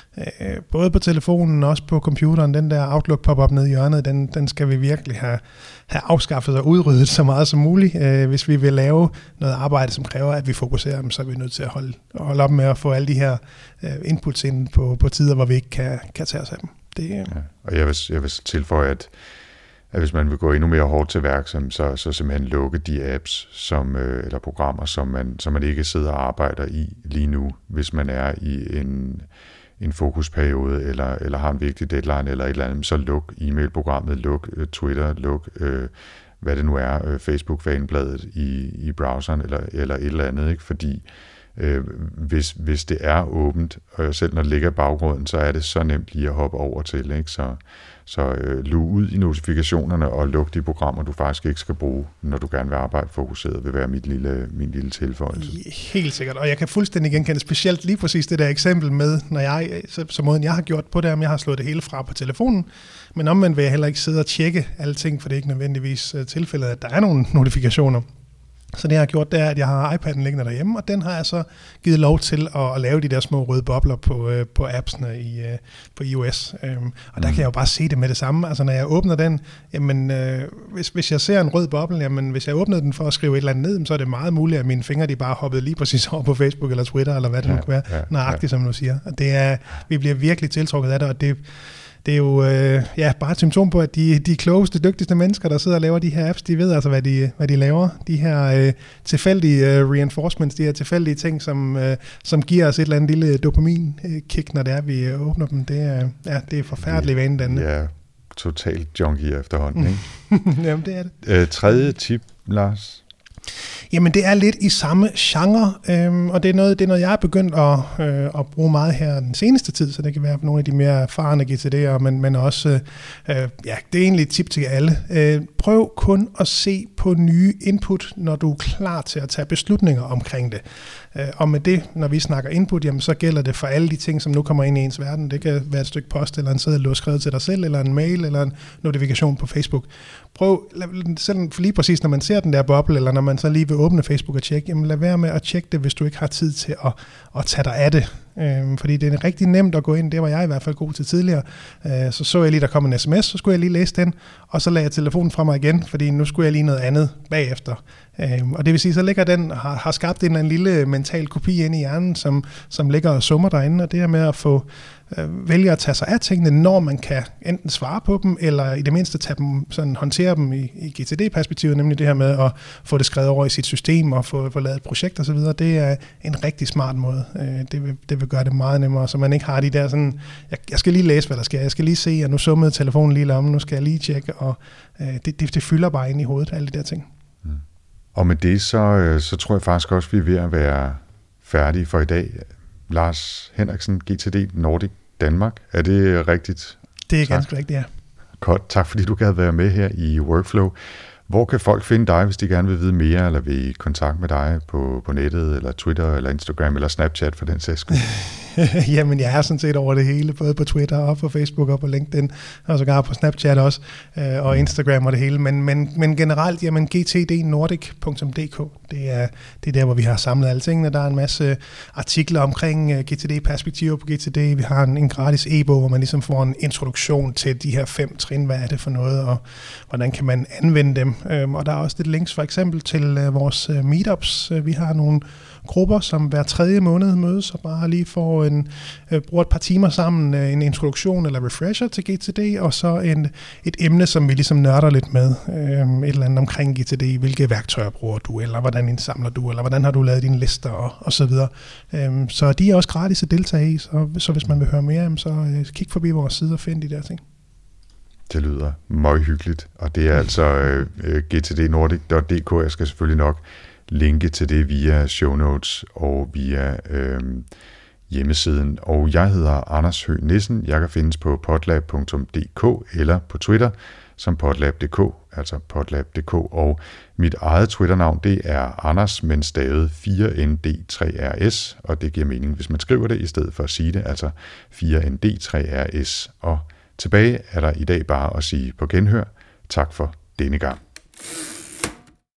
Speaker 2: Både på telefonen og også på computeren, den der Outlook pop-up nede i hjørnet, den, den skal vi virkelig have, have afskaffet og udryddet så meget som muligt. Hvis vi vil lave noget arbejde, som kræver, at vi fokuserer dem, så er vi nødt til at holde, holde op med at få alle de her inputs ind på, på tider, hvor vi ikke kan, kan tage os af dem. Det,
Speaker 1: ja, og jeg vil, jeg vil tilføje, at, at hvis man vil gå endnu mere hårdt til værk, så, så simpelthen lukke de apps som, eller programmer, som man, som man ikke sidder og arbejder i lige nu, hvis man er i en en fokusperiode, eller, eller har en vigtig deadline, eller et eller andet, så luk e-mailprogrammet, luk uh, Twitter, luk, øh, hvad det nu er, øh, Facebook-fanbladet i, i browseren, eller, eller et eller andet, ikke? Fordi øh, hvis, hvis det er åbent, og selv når det ligger i baggrunden, så er det så nemt lige at hoppe over til, ikke? Så, så øh, lug ud i notifikationerne, og luk de programmer, du faktisk ikke skal bruge, når du gerne vil arbejde fokuseret, vil være mit lille, min lille tilføjelse.
Speaker 2: Helt sikkert, og jeg kan fuldstændig genkende specielt lige præcis det der eksempel med, når jeg, så, så måden jeg har gjort på det, om jeg har slået det hele fra på telefonen, men omvendt vil jeg heller ikke sidde og tjekke alle ting, for det er ikke nødvendigvis tilfældet, at der er nogle notifikationer. Så det, jeg har gjort, det er, at jeg har iPad'en liggende derhjemme, og den har jeg så givet lov til at, at lave de der små røde bobler på, øh, på appsene i, øh, på iOS. Øhm, og der kan jeg jo bare se det med det samme. Altså, når jeg åbner den, jamen, øh, hvis, hvis jeg ser en rød boble, jamen, hvis jeg åbnede den for at skrive et eller andet ned, så er det meget muligt, at mine fingre de bare hoppede lige præcis over på Facebook eller Twitter, eller hvad det ja, nu kan være, ja, nøjagtigt, ja. Som du siger. Og det er, vi bliver virkelig tiltrukket af det, og det Det er jo øh, ja, bare et symptom på, at de, de klogeste, dygtigste mennesker, der sidder og laver de her apps, de ved altså, hvad de, hvad de laver. De her øh, tilfældige øh, reinforcements, de her tilfældige ting, som, øh, som giver os et eller andet lille dopamin-kick, når det er, vi øh, åbner dem. Det er, ja, det er forfærdeligt vanedannende.
Speaker 1: Ja, totalt junkie efterhånden, ikke?
Speaker 2: Jamen, det er det.
Speaker 1: Øh, tredje tip, Lars?
Speaker 2: Jamen, det er lidt i samme genre, øhm, og det er, noget, det er noget, jeg er begyndt at, øh, at bruge meget her den seneste tid, så det kan være nogle af de mere erfarne G T D'ere, men, men også, øh, ja, det er egentlig et tip til alle. Øh, prøv kun at se på nye input, når du er klar til at tage beslutninger omkring det. Øh, og med det, når vi snakker input, jamen, så gælder det for alle de ting, som nu kommer ind i ens verden. Det kan være et stykke post, eller en seddel, du har skrevet til dig selv, eller en mail, eller en notifikation på Facebook. Prøv, selv lige præcis når man ser den der boble, eller når man så lige vil åbne Facebook og tjekke, jamen lad være med at tjekke det, hvis du ikke har tid til at, at tage dig af det. Øhm, fordi det er rigtig nemt at gå ind, det var jeg i hvert fald god til tidligere. Øh, så så jeg lige, der kom en sms, så skulle jeg lige læse den, og så lagde jeg telefonen fra mig igen, fordi nu skulle jeg lige noget andet bagefter. Øhm, og det vil sige, så ligger den, har, har skabt en eller anden lille mental kopi inde i hjernen, som, som ligger og summer derinde, og det her med at få øh, vælge at tage sig af tingene, når man kan enten svare på dem, eller i det mindste tage dem, sådan, håndtere dem i, i G T D-perspektivet, nemlig det her med at få det skrevet over i sit system, og få, få lavet et projekt osv., det er en rigtig smart måde. Øh, det, vil, det vil gøre det meget nemmere, så man ikke har de der sådan, jeg, jeg skal lige læse, hvad der sker, jeg skal lige se, at nu summede telefonen lige om, nu skal jeg lige tjekke, og øh, det, det, det fylder bare ind i hovedet, alle de der ting.
Speaker 1: Mm. Og med det, så, så tror jeg faktisk også, vi er ved at være færdige for i dag. Lars Henriksen, G T D Nordic Danmark, er det rigtigt?
Speaker 2: Det er ganske rigtigt, ja.
Speaker 1: Godt, tak fordi du gad være med her i Workflow. Hvor kan folk finde dig, hvis de gerne vil vide mere, eller vil i kontakt med dig på, på nettet, eller Twitter, eller Instagram, eller Snapchat for den sags skyld?
Speaker 2: Jamen, jeg er sådan set over det hele, både på Twitter og på Facebook og på LinkedIn, og sågar på Snapchat også, øh, og Instagram og det hele. Men, men, men generelt, jamen, g t d nordic punktum d k, det er, det er der, hvor vi har samlet alle tingene. Der er en masse artikler omkring uh, G T D-perspektiver på G T D. Vi har en, en gratis e-bog, hvor man ligesom får en introduktion til de her fem trin. Hvad er det for noget, og hvordan kan man anvende dem? Um, og der er også lidt links for eksempel til uh, vores uh, meetups. Uh, vi har nogle grupper, som hver tredje måned mødes og bare lige får en, øh, bruger et par timer sammen, øh, en introduktion eller refresher til G T D, og så en, et emne, som vi ligesom nørder lidt med, øh, et eller andet omkring G T D, hvilke værktøjer bruger du, eller hvordan indsamler du, eller hvordan har du lavet dine lister, og, og så videre. Øh, så de er også gratis at deltage i, så, så hvis man vil høre mere, så øh, kig forbi vores side og find de der ting.
Speaker 1: Det lyder møghyggeligt, og det er altså øh, g t d nordic punktum d k. Jeg skal selvfølgelig nok linke til det via show notes og via øh, hjemmesiden. Og jeg hedder Anders Høgh Nissen. Jeg kan findes på potlab punktum d k eller på Twitter som potlab punktum d k, altså potlab punktum d k. Og mit eget Twitter-navn, det er Anders, men stavet fire n d tre r s, og det giver mening, hvis man skriver det i stedet for at sige det, altså fire n d tre r s. Og tilbage er der i dag bare at sige på genhør. Tak for denne gang.